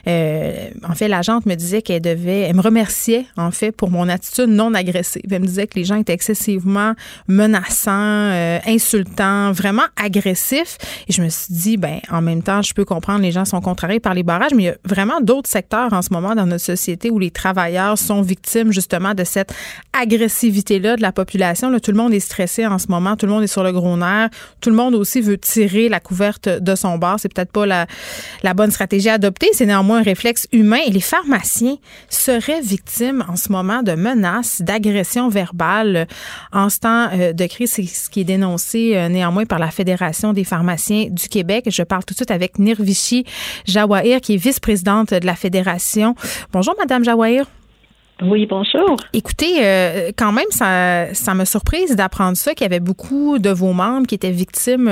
en fait, l'agente me disait elle me remerciait, en fait, pour mon attitude non agressive. Elle me disait que les gens étaient excessivement menaçants, insultants, vraiment agressifs. Et je me suis dit, en même temps, je peux comprendre, les gens sont contrariés par les barrages, mais il y a vraiment d'autres secteurs en ce moment dans notre société où les travailleurs sont victimes, justement, de cette agressivité-là de la population. Là, tout le monde est stressé en ce moment, tout le monde est sur le gros nerf, tout le monde aussi veut tirer la couverte de son bar. C'est peut-être pas la bonne stratégie à adopter, c'est néanmoins un réflexe humain. Et les pharmaciens seraient victimes en ce moment de menaces, d'agressions verbales en ce temps de crise. C'est ce qui est dénoncé néanmoins par la Fédération des pharmaciens du Québec. Je parle tout de suite avec Nirvishi Jawahir, qui est vice-présidente de la Fédération. Bonjour, Madame Jawahir. Oui, bonjour. Écoutez, quand même, ça m'a surprise d'apprendre ça, qu'il y avait beaucoup de vos membres qui étaient victimes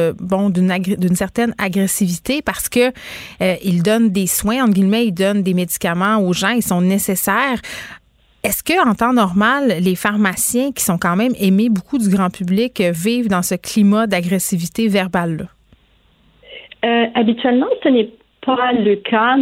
d'une certaine agressivité parce que ils donnent des soins, entre guillemets, ils donnent des médicaments aux gens, ils sont nécessaires. Est-ce que, en temps normal, les pharmaciens qui sont quand même aimés beaucoup du grand public vivent dans ce climat d'agressivité verbale-là? Habituellement, ce n'est pas le cas,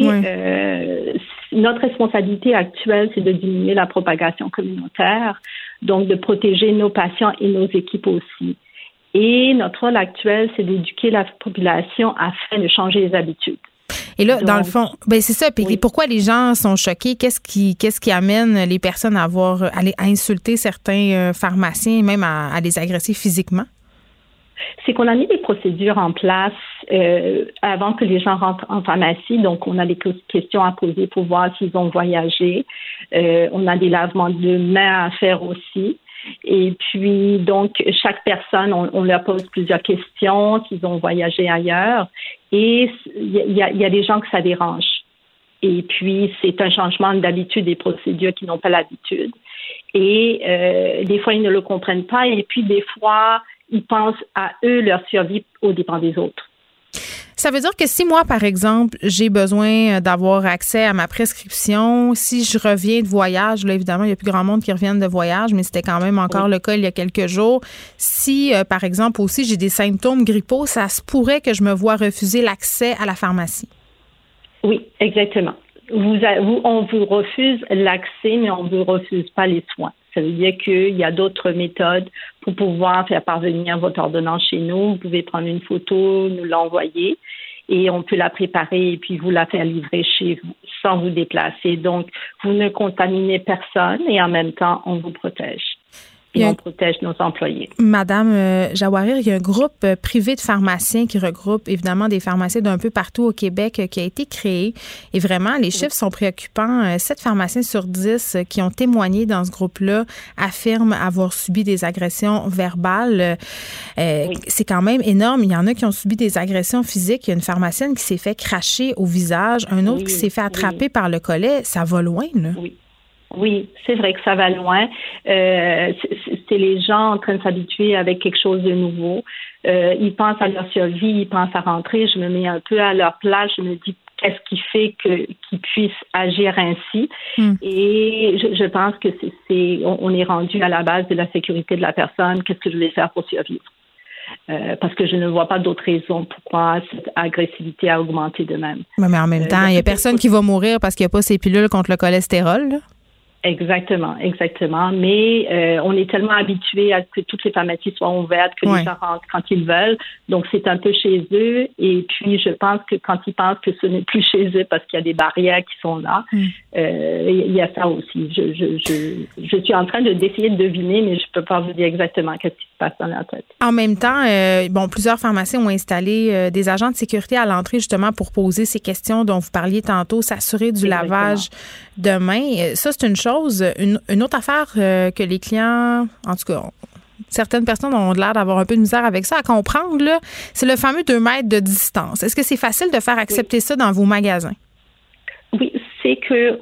mais notre responsabilité actuelle, c'est de diminuer la propagation communautaire, donc de protéger nos patients et nos équipes aussi. Et notre rôle actuel, c'est d'éduquer la population afin de changer les habitudes. Et là, dans le fond, c'est ça. Puis pourquoi les gens sont choqués? Qu'est-ce qui amène les personnes à insulter certains pharmaciens et même à les agresser physiquement? C'est qu'on a mis des procédures en place avant que les gens rentrent en pharmacie. Donc, on a des questions à poser pour voir s'ils ont voyagé. On a des lavements de mains à faire aussi. Et puis, donc, chaque personne, on leur pose plusieurs questions, s'ils ont voyagé ailleurs. Et il y a des gens que ça dérange. Et puis, c'est un changement d'habitude des procédures qui n'ont pas l'habitude. Et des fois, ils ne le comprennent pas. Et puis, des fois, ils pensent à eux, leur survie aux dépens des autres. Ça veut dire que si moi, par exemple, j'ai besoin d'avoir accès à ma prescription, si je reviens de voyage, là, évidemment, il n'y a plus grand monde qui reviennent de voyage, mais c'était quand même encore le cas il y a quelques jours. Si, par exemple, aussi, j'ai des symptômes grippaux, ça se pourrait que je me vois refuser l'accès à la pharmacie. Oui, exactement. On vous refuse l'accès, mais on ne vous refuse pas les soins. Ça veut dire qu'il y a d'autres méthodes pour pouvoir faire parvenir votre ordonnance chez nous. Vous pouvez prendre une photo, nous l'envoyer et on peut la préparer et puis vous la faire livrer chez vous sans vous déplacer. Donc, vous ne contaminez personne et en même temps, on vous protège. Et on protège nos employés. Madame Jawahir, il y a un groupe privé de pharmaciens qui regroupe évidemment des pharmaciens d'un peu partout au Québec qui a été créé. Et vraiment, les chiffres sont préoccupants. 7 pharmaciens sur 10 qui ont témoigné dans ce groupe-là affirment avoir subi des agressions verbales. C'est quand même énorme. Il y en a qui ont subi des agressions physiques. Il y a une pharmacienne qui s'est fait cracher au visage, un autre qui s'est fait attraper par le collet. Ça va loin, là. Oui, c'est vrai que ça va loin. C'est les gens en train de s'habituer avec quelque chose de nouveau. Ils pensent à leur survie, ils pensent à rentrer. Je me mets un peu à leur place. Je me dis qu'est-ce qui fait qu'ils puissent agir ainsi. Et je pense que on est rendu à la base de la sécurité de la personne. Qu'est-ce que je vais faire pour survivre? Parce que je ne vois pas d'autres raisons pourquoi cette agressivité a augmenté de même. Mais en même temps, il n'y a personne qui va mourir parce qu'il n'y a pas ces pilules contre le cholestérol, là. Exactement. Mais on est tellement habitué à que toutes les pharmacies soient ouvertes, que les gens rentrent quand ils veulent. Donc, c'est un peu chez eux. Et puis, je pense que quand ils pensent que ce n'est plus chez eux parce qu'il y a des barrières qui sont là, il y a ça aussi. Je suis en train d'essayer de deviner, mais je ne peux pas vous dire exactement ce qui se passe dans leur tête. En même temps, plusieurs pharmacies ont installé des agents de sécurité à l'entrée justement pour poser ces questions dont vous parliez tantôt, s'assurer du lavage de mains. Ça, c'est une chose. Une autre affaire que les clients, en tout cas, certaines personnes ont l'air d'avoir un peu de misère avec ça, à comprendre, là, c'est le fameux 2 mètres de distance. Est-ce que c'est facile de faire accepter ça dans vos magasins? Oui, c'est que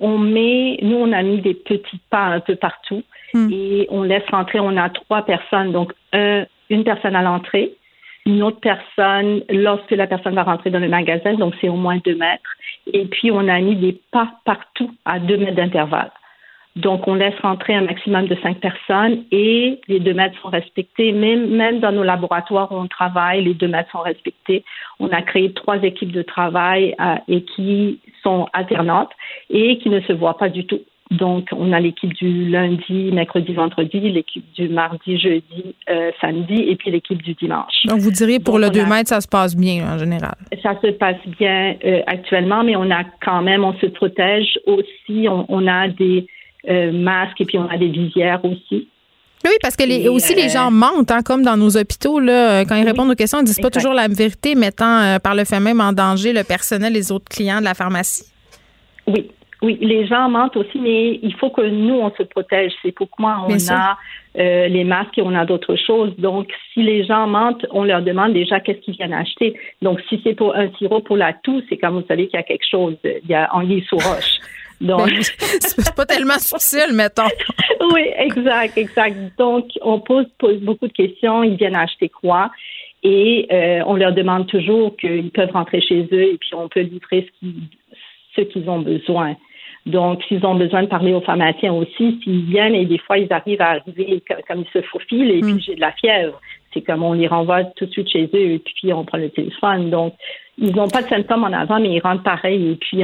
on a mis des petits pas un peu partout et on laisse rentrer, on a 3 personnes, donc une personne à l'entrée, une autre personne lorsque la personne va rentrer dans le magasin, donc c'est au moins 2 mètres, et puis on a mis des pas partout à 2 mètres d'intervalle. Donc, on laisse rentrer un maximum de 5 personnes et les 2 mètres sont respectés. Même dans nos laboratoires où on travaille, les 2 mètres sont respectés. On a créé 3 équipes de travail et qui sont alternantes et qui ne se voient pas du tout. Donc, on a l'équipe du lundi, mercredi, vendredi, l'équipe du mardi, jeudi, samedi et puis l'équipe du dimanche. Donc, vous diriez pour le 2 mètres, ça se passe bien en général? Ça se passe bien actuellement, mais on se protège aussi. On a des masques et puis on a des visières aussi. Oui, parce que les gens mentent, comme dans nos hôpitaux, là, quand ils répondent aux questions, ils ne disent pas toujours la vérité, mettant par le fait même en danger le personnel et les autres clients de la pharmacie. Oui, les gens mentent aussi, mais il faut que nous, on se protège. C'est pourquoi on a les masques et on a d'autres choses. Donc, si les gens mentent, on leur demande déjà qu'est-ce qu'ils viennent acheter. Donc, si c'est pour un sirop pour la toux, c'est comme vous savez qu'il y a quelque chose, il y a anguille sous roche. Donc, c'est pas tellement subtil, mettons. Oui, exact. Donc, on pose beaucoup de questions. Ils viennent acheter quoi? Et on leur demande toujours qu'ils peuvent rentrer chez eux et puis on peut livrer ce qu'ils ont besoin. Donc, s'ils ont besoin de parler aux pharmaciens aussi, s'ils viennent et des fois, ils arrivent comme ils se faufilent et puis j'ai de la fièvre. C'est comme on les renvoie tout de suite chez eux et puis on prend le téléphone. Donc, ils n'ont pas de symptômes en avant, mais ils rentrent pareil et puis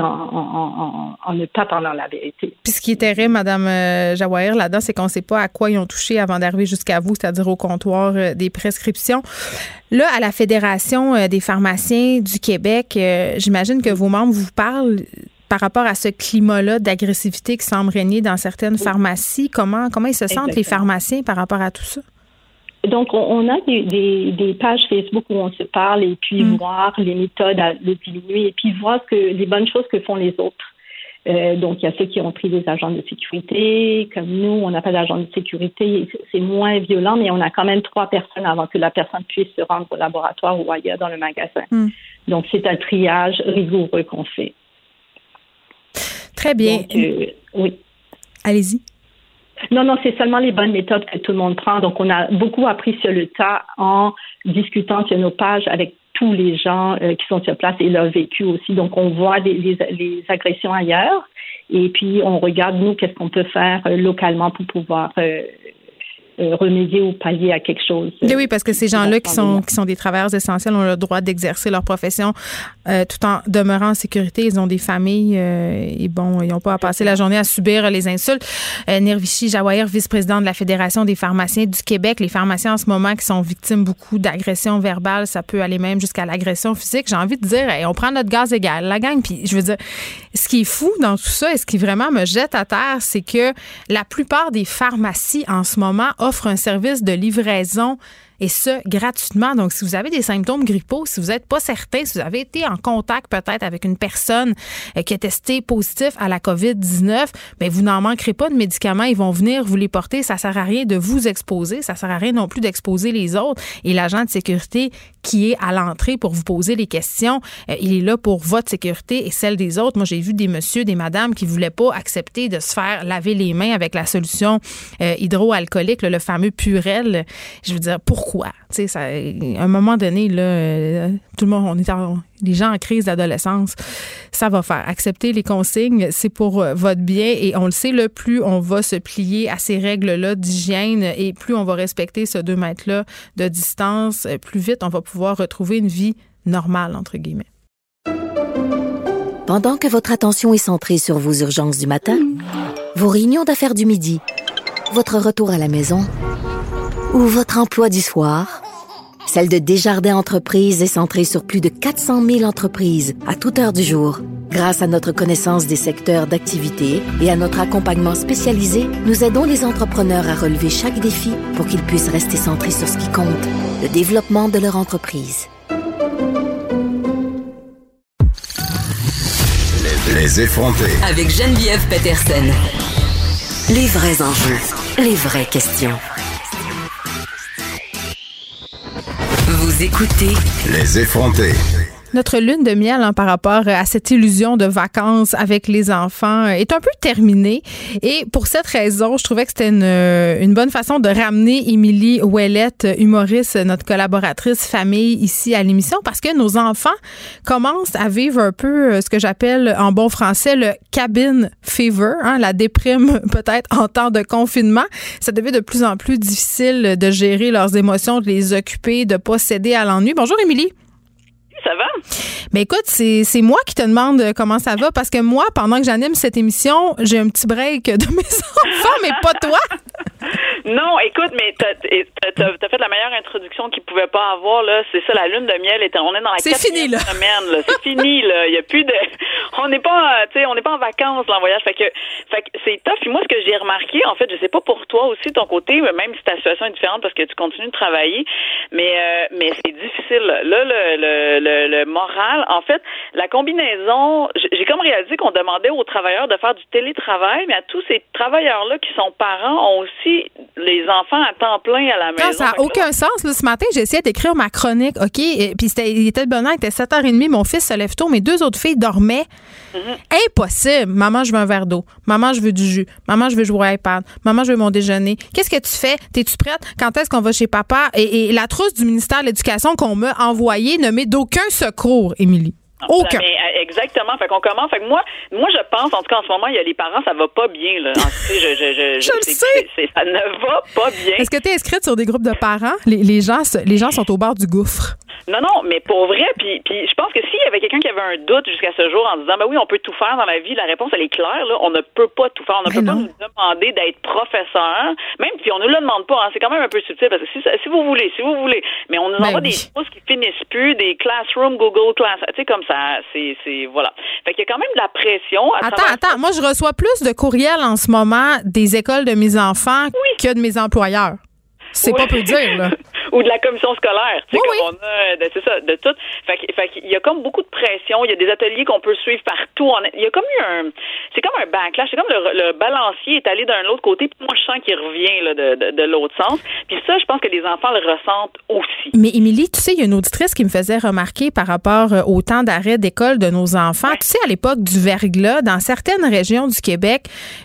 en ne pas parlant la vérité. Puis ce qui est terrible, Mme Jawahir, là-dedans, c'est qu'on ne sait pas à quoi ils ont touché avant d'arriver jusqu'à vous, c'est-à-dire au comptoir des prescriptions. Là, à la Fédération des pharmaciens du Québec, j'imagine que vos membres vous parlent par rapport à ce climat-là d'agressivité qui semble régner dans certaines pharmacies. Comment ils se sentent, les pharmaciens, par rapport à tout ça? Donc, on a des pages Facebook où on se parle et puis voir les méthodes à le diminuer et puis voir les bonnes choses que font les autres. Donc, il y a ceux qui ont pris des agents de sécurité. Comme nous, on n'a pas d'agents de sécurité. C'est moins violent, mais on a quand même 3 personnes avant que la personne puisse se rendre au laboratoire ou ailleurs dans le magasin. Donc, c'est un triage rigoureux qu'on fait. Très bien. Donc, oui. Allez-y. Non, c'est seulement les bonnes méthodes que tout le monde prend. Donc, on a beaucoup appris sur le tas en discutant sur nos pages avec tous les gens qui sont sur place et leur vécu aussi. Donc, on voit les agressions ailleurs et puis on regarde, nous, qu'est-ce qu'on peut faire localement pour pouvoir remédier ou pallier à quelque chose. Oui, parce que ces gens-là qui sont des travailleurs essentiels ont le droit d'exercer leur profession tout en demeurant en sécurité. Ils ont des familles et ils n'ont pas à passer la journée à subir les insultes. Nirvishi Jawahir, vice-présidente de la Fédération des pharmaciens du Québec. Les pharmaciens en ce moment qui sont victimes beaucoup d'agressions verbales, ça peut aller même jusqu'à l'agression physique. J'ai envie de dire, on prend notre gaz égal, la gang. Puis je veux dire, ce qui est fou dans tout ça et ce qui vraiment me jette à terre, c'est que la plupart des pharmacies en ce moment offre un service de livraison et ça gratuitement. Donc, si vous avez des symptômes grippaux, si vous n'êtes pas certain, si vous avez été en contact peut-être avec une personne qui a testé positif à la COVID-19, bien, vous n'en manquerez pas de médicaments. Ils vont venir vous les porter. Ça ne sert à rien de vous exposer. Ça ne sert à rien non plus d'exposer les autres. Et l'agent de sécurité qui est à l'entrée pour vous poser les questions, il est là pour votre sécurité et celle des autres. Moi, j'ai vu des messieurs, des madames qui ne voulaient pas accepter de se faire laver les mains avec la solution hydroalcoolique, le fameux Purel. Je veux dire, pourquoi? Tu sais, à un moment donné, là, tout le monde, les gens en crise d'adolescence, ça va faire. Accepter les consignes, c'est pour votre bien et on le sait, là, plus on va se plier à ces règles-là d'hygiène et plus on va respecter ce 2 mètres-là de distance, plus vite on va pouvoir retrouver une vie normale, entre guillemets. Pendant que votre attention est centrée sur vos urgences du matin, vos réunions d'affaires du midi, votre retour à la maison ou votre emploi du soir, celle de Desjardins Entreprises est centrée sur plus de 400 000 entreprises à toute heure du jour. Grâce à notre connaissance des secteurs d'activité et à notre accompagnement spécialisé, nous aidons les entrepreneurs à relever chaque défi pour qu'ils puissent rester centrés sur ce qui compte, le développement de leur entreprise. Les effrontés. Avec Geneviève Peterson. Les vrais enjeux, les vraies questions. Vous écoutez Les effrontés. Notre lune de miel par rapport à cette illusion de vacances avec les enfants est un peu terminée. Et pour cette raison, je trouvais que c'était une bonne façon de ramener Émilie Ouellette, humoriste, notre collaboratrice famille ici à l'émission, parce que nos enfants commencent à vivre un peu ce que j'appelle en bon français le cabin fever, la déprime peut-être en temps de confinement. Ça devient de plus en plus difficile de gérer leurs émotions, de les occuper, de pas céder à l'ennui. Bonjour Émilie. Ça va? Mais écoute, c'est moi qui te demande comment ça va, parce que moi, pendant que j'anime cette émission, j'ai un petit break de mes enfants, mais pas toi. Non, écoute, mais t'as fait la meilleure introduction qu'il pouvait pas avoir, là. C'est ça, la lune de miel. On est dans la 4e semaine, là. C'est fini, là. Il y a plus de... On n'est pas, on n'est pas en vacances, là, en voyage. Fait que c'est tough. Puis moi, ce que j'ai remarqué, en fait, je sais pas pour toi aussi, ton côté, même si ta situation est différente parce que tu continues de travailler, mais c'est difficile. Là, le moral, en fait, la combinaison, j'ai comme réalisé qu'on demandait aux travailleurs de faire du télétravail, mais à tous ces travailleurs-là qui sont parents ont aussi les enfants à temps plein à la maison. Non, ça n'a aucun sens. Là, ce matin, j'ai essayé d'écrire ma chronique, OK? Puis il était de bonne heure, il était 7h30, mon fils se lève tôt, mes 2 autres filles dormaient. Impossible. Maman, je veux un verre d'eau. Maman, je veux du jus. Maman, je veux jouer à iPad. Maman, je veux mon déjeuner. Qu'est-ce que tu fais? T'es-tu prête? Quand est-ce qu'on va chez papa? Et la trousse du ministère de l'Éducation qu'on m'a envoyée ne met d'aucun secours, Émilie. Aucun. Exactement. Fait qu'on commence. Fait que moi, je pense, en tout cas, en ce moment, il y a les parents, ça va pas bien, là. Je le sais. Ça ne va pas bien. Est-ce que tu es inscrite sur des groupes de parents? Les gens sont au bord du gouffre. Non, mais pour vrai, puis je pense que s'il y avait quelqu'un qui avait un doute jusqu'à ce jour en disant, ben oui, on peut tout faire dans la vie, la réponse, elle est claire, là, on ne peut pas tout faire. On ne peut pas nous demander d'être professeur, même si on ne nous le demande pas, c'est quand même un peu subtil, parce que si vous voulez, mais on nous envoie des choses qui finissent plus, des Classroom, Google Class, tu sais, comme ça, c'est voilà. Fait qu'il y a quand même de la pression. Attends, moi, je reçois plus de courriels en ce moment des écoles de mes enfants que de mes employeurs. C'est pas peu dire, là. Ou de la commission scolaire, tu sais, comme on a, c'est ça, de tout. Fait qu'il y a comme beaucoup de pression. Il y a des ateliers qu'on peut suivre partout. Il y a comme c'est comme un backlash. C'est comme le balancier est allé d'un autre côté. Puis moi, je sens qu'il revient là, de l'autre sens. Puis ça, je pense que les enfants le ressentent aussi. Mais Émilie, tu sais, il y a une auditrice qui me faisait remarquer par rapport au temps d'arrêt d'école de nos enfants. Tu sais, à l'époque du verglas, dans certaines régions du Québec,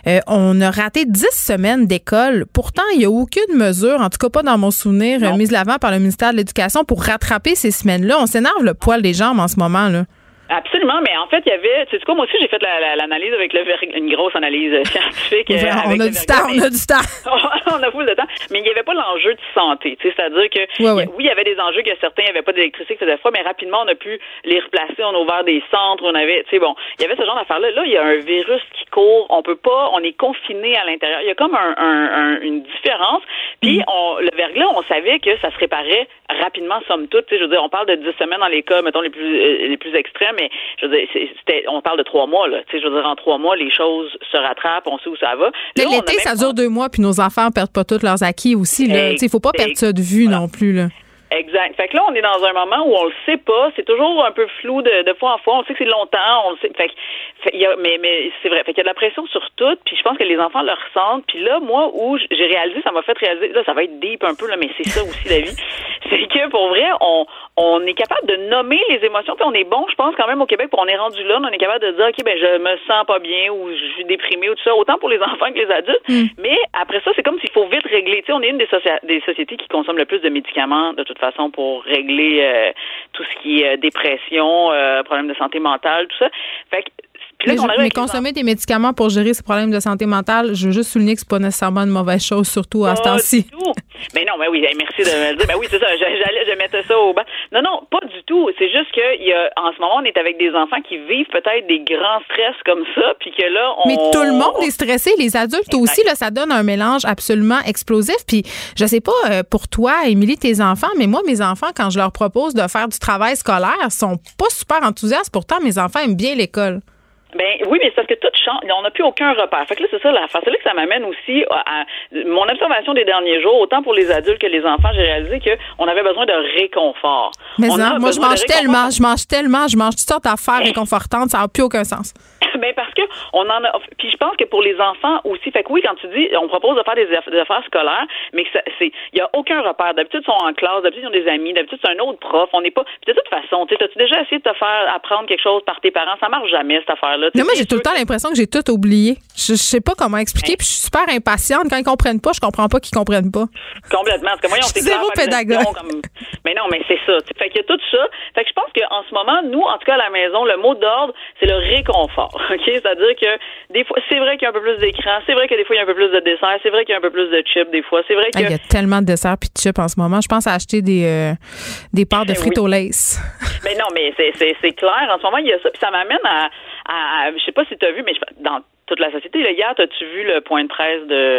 on a raté 10 semaines d'école. Pourtant, il n'y a aucune mesure, en tout cas pas dans mon souvenir, mise de l'avant par le ministère de l'Éducation pour rattraper ces semaines-là. On s'énerve le poil des jambes en ce moment, là. Absolument, mais en fait, il y avait, tu sais quoi, moi aussi, j'ai fait l'analyse avec une grosse analyse scientifique. On a du temps. On a full de temps, mais il n'y avait pas l'enjeu de santé, tu sais, c'est-à-dire que, oui, il y avait des enjeux que certains n'avaient pas d'électricité, que fois, mais rapidement, on a pu les replacer, on a ouvert des centres, on avait, tu sais, bon, il y avait ce genre d'affaires-là. Là, il y a un virus qui court, on est confiné à l'intérieur. Il y a comme une différence, puis le verglas, on savait que ça se réparait rapidement, somme toute, tu sais, je veux dire, on parle de 10 semaines dans les cas, mettons, les plus extrêmes, mais je veux dire, on parle de 3 mois, là. Tu sais, je veux dire, en 3 mois, les choses se rattrapent, on sait où ça va. Là, l'été, ça dure 2 mois, puis nos enfants perdent pas tous leurs acquis aussi, là. Tu sais, il faut pas perdre ça de vue non plus, là. Exact. Fait que là, on est dans un moment où on le sait pas. C'est toujours un peu flou de fois en fois. On sait que c'est longtemps. On le sait. Mais c'est vrai. Fait qu'il y a de la pression sur tout. Puis je pense que les enfants le ressentent. Puis là, moi, où j'ai réalisé, ça m'a fait réaliser. Là, ça va être deep un peu, là, mais c'est ça aussi la vie. C'est que pour vrai, on est capable de nommer les émotions. Puis on est bon, je pense, quand même au Québec. Puis on est rendu là. On est capable de dire, OK, ben je me sens pas bien ou je suis déprimée ou tout ça. Autant pour les enfants que les adultes. Mais après ça, c'est comme s'il faut vite régler. Tu sais, on est une des sociétés qui consomment le plus de médicaments de toute façon pour régler tout ce qui est dépression, problèmes de santé mentale, tout ça. Fait que mais consommer des médicaments pour gérer ces problèmes de santé mentale, je veux juste souligner que c'est pas nécessairement une mauvaise chose, surtout à ce temps-ci. Mais non, mais oui, merci de me le dire. Ben oui, c'est ça, je mettais ça au bas. Non, pas du tout. C'est juste que en ce moment, on est avec des enfants qui vivent peut-être des grands stress comme ça, puis que là, Mais tout le monde est stressé, les adultes aussi, là, ça donne un mélange absolument explosif. Puis je sais pas pour toi, Émilie, tes enfants, mais moi, mes enfants, quand je leur propose de faire du travail scolaire, sont pas super enthousiastes. Pourtant, mes enfants aiment bien l'école. Ben oui, mais c'est parce que tout change. On n'a plus aucun repère. Fait que là, c'est ça l'affaire. C'est là que ça m'amène aussi à mon observation des derniers jours, autant pour les adultes que les enfants. J'ai réalisé qu'on avait besoin de réconfort. Mais non, moi, je mange tellement, je mange toutes sortes d'affaires réconfortantes, ça n'a plus aucun sens. Ben parce que on en a. Puis je pense que pour les enfants aussi. Fait que oui, quand tu dis, on propose de faire des affaires scolaires, mais il y a aucun repère. D'habitude, ils sont en classe. D'habitude, ils ont des amis. D'habitude, c'est un autre prof. On n'est pas. Puis de toute façon, tu sais, t'as-tu déjà essayé de te faire apprendre quelque chose par tes parents? Ça marche jamais cette affaire-là. Mais moi, j'ai tout le temps l'impression que j'ai tout oublié. Je sais pas comment expliquer. Puis je suis super impatiente. Quand ils comprennent pas, je comprends pas qu'ils comprennent pas. Complètement. Parce que moi, on s'est zéro pédagogue. Mais non, mais c'est ça. Fait qu'il y a tout ça. Fait que je pense qu'en ce moment, nous, en tout cas à la maison, le mot d'ordre, c'est le réconfort. OK? C'est-à-dire que des fois, c'est vrai qu'il y a un peu plus d'écran, c'est vrai que des fois, il y a un peu plus de dessert, c'est vrai qu'il y a un peu plus de chips des fois, c'est vrai que... Il y a tellement de desserts puis de chips en ce moment. Je pense à acheter des parts de frites au lace. Mais non, mais c'est clair. En ce moment, il y a ça. Puis ça m'amène à je sais pas si tu as vu, mais dans toute la société, là, hier, as-tu vu le point de presse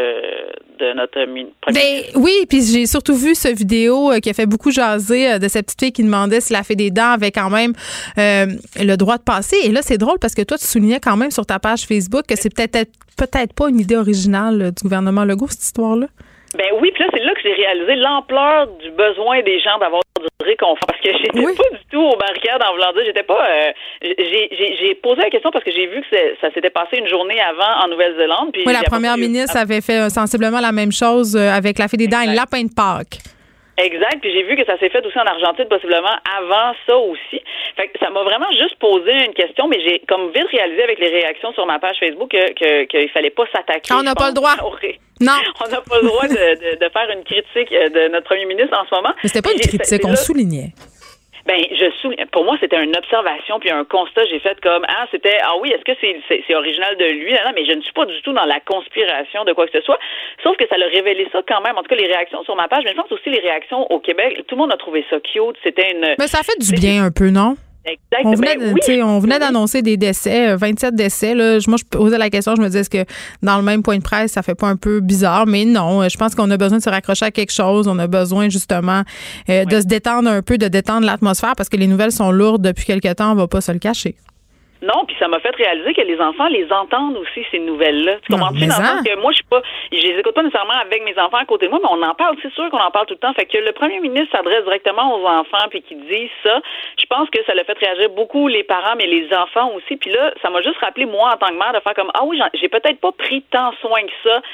de notre premier ministre? Oui, puis j'ai surtout vu ce vidéo qui a fait beaucoup jaser de cette petite fille qui demandait si la fée des dents avait quand même le droit de passer. Et là, c'est drôle parce que toi, tu soulignais quand même sur ta page Facebook que c'est peut-être pas une idée originale du gouvernement Legault, cette histoire-là. Ben oui, puis là, c'est là que j'ai réalisé l'ampleur du besoin des gens d'avoir du réconfort. Parce que j'étais pas du tout aux barricades en voulant dire, j'étais pas... j'ai posé la question parce que j'ai vu que ça s'était passé une journée avant en Nouvelle-Zélande. Puis la première ministre avait fait sensiblement la même chose avec la fée des dents et le lapin de Pâques. Exact, puis j'ai vu que ça s'est fait aussi en Argentine, possiblement avant ça aussi. Fait que ça m'a vraiment juste posé une question, mais j'ai comme vite réalisé avec les réactions sur ma page Facebook qu'il fallait pas s'attaquer. On n'a pas le droit. Non. On n'a pas le droit de faire une critique de notre premier ministre en ce moment. Mais c'était pas une critique, on soulignait. Ben, pour moi, c'était une observation puis un constat. J'ai fait comme, est-ce que c'est original de lui? Non, mais je ne suis pas du tout dans la conspiration de quoi que ce soit. Sauf que ça l'a révélé ça quand même. En tout cas, les réactions sur ma page, mais je pense aussi les réactions au Québec. Tout le monde a trouvé ça cute. C'était une. Mais ça fait du bien un peu, non? Exactement. On venait d'annoncer des décès, 27 décès. Là. Moi, je posais la question, je me disais, est-ce que dans le même point de presse, ça fait pas un peu bizarre? Mais non, je pense qu'on a besoin de se raccrocher à quelque chose. On a besoin justement de se détendre un peu, de détendre l'atmosphère parce que les nouvelles sont lourdes depuis quelque temps, on va pas se le cacher. Non, puis ça m'a fait réaliser que les enfants les entendent aussi, ces nouvelles-là. Tu comprends-tu? Dans le sens que moi, je les écoute pas nécessairement avec mes enfants à côté de moi, mais on en parle, c'est sûr qu'on en parle tout le temps. Fait que le premier ministre s'adresse directement aux enfants puis qu'il dit ça, je pense que ça l'a fait réagir beaucoup les parents, mais les enfants aussi. Puis là, ça m'a juste rappelé, moi, en tant que mère, de faire comme, j'ai peut-être pas pris tant soin que ça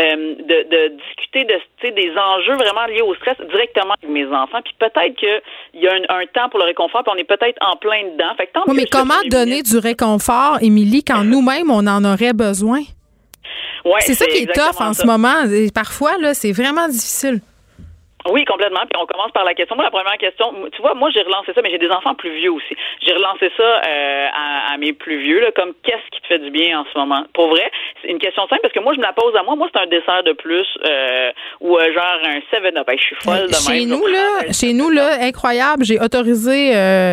de discuter des enjeux vraiment liés au stress directement avec mes enfants. Puis peut-être qu'il y a un temps pour le réconfort, puis on est peut-être en plein dedans. Fait que tant mais comment donner du réconfort, Émilie, quand nous-mêmes, on en aurait besoin? Ouais, c'est ça qui est tough en ce moment. Et parfois, là, c'est vraiment difficile. Oui, complètement. Puis on commence par la question. Moi, la première question, tu vois, moi, j'ai relancé ça, mais j'ai des enfants plus vieux aussi. J'ai relancé ça à mes plus vieux, là, comme qu'est-ce qui te fait du bien en ce moment? Pour vrai, c'est une question simple parce que moi, je me la pose à moi. Moi, c'est un dessert de plus ou genre un 7-Up. Je suis folle de Chez nous, incroyable, j'ai autorisé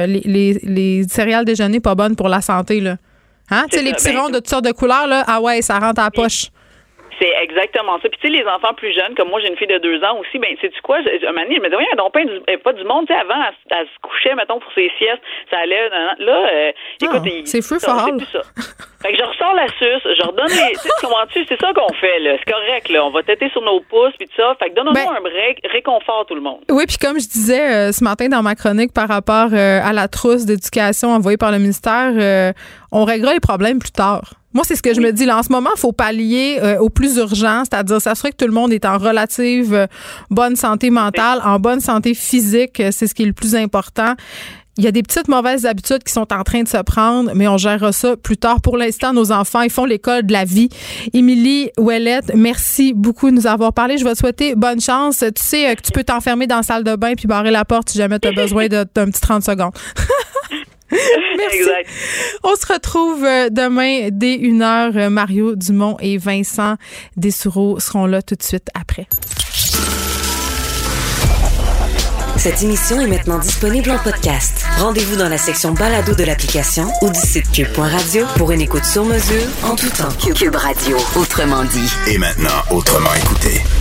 les céréales déjeuner pas bonnes pour la santé, là. Hein? Tu sais, les petits ronds de toutes sortes de couleurs, là, ça rentre à la poche. C'est exactement ça. Puis tu sais, les enfants plus jeunes, comme moi, j'ai une fille de 2 ans aussi, ben sais-tu quoi? Un moment donné, je me disais, il n'y a pas du monde. Tu sais, avant, elle se couchait, mettons, pour ses siestes, ça allait. Là, écoute, c'est free for all. C'est plus ça. Fait que je ressors la suce, je redonne les. Tu sais, comprends-tu? C'est ça qu'on fait, là. C'est correct, là. On va têter sur nos pouces, puis tout ça. Fait que donne-nous un break, réconfort tout le monde. Oui, puis comme je disais ce matin dans ma chronique par rapport à la trousse d'éducation envoyée par le ministère, on réglera les problèmes plus tard. Moi, c'est ce que je me dis. Là, en ce moment, il faut pallier au plus urgent, c'est-à-dire s'assurer que tout le monde est en relative bonne santé mentale, en bonne santé physique. C'est ce qui est le plus important. Il y a des petites mauvaises habitudes qui sont en train de se prendre, mais on gérera ça plus tard. Pour l'instant, nos enfants, ils font l'école de la vie. Émilie Ouellette, merci beaucoup de nous avoir parlé. Je vais te souhaiter bonne chance. Tu sais que tu peux t'enfermer dans la salle de bain puis barrer la porte si jamais tu as besoin d'un petit 30 secondes. Merci. Exact. On se retrouve demain dès 1h. Mario Dumont et Vincent Dessoureau seront là tout de suite après. Cette émission est maintenant disponible en podcast. Rendez-vous dans la section balado de l'application ou du site cube.radio pour une écoute sur mesure en tout temps. Cube Radio, autrement dit. Et maintenant, autrement écouté.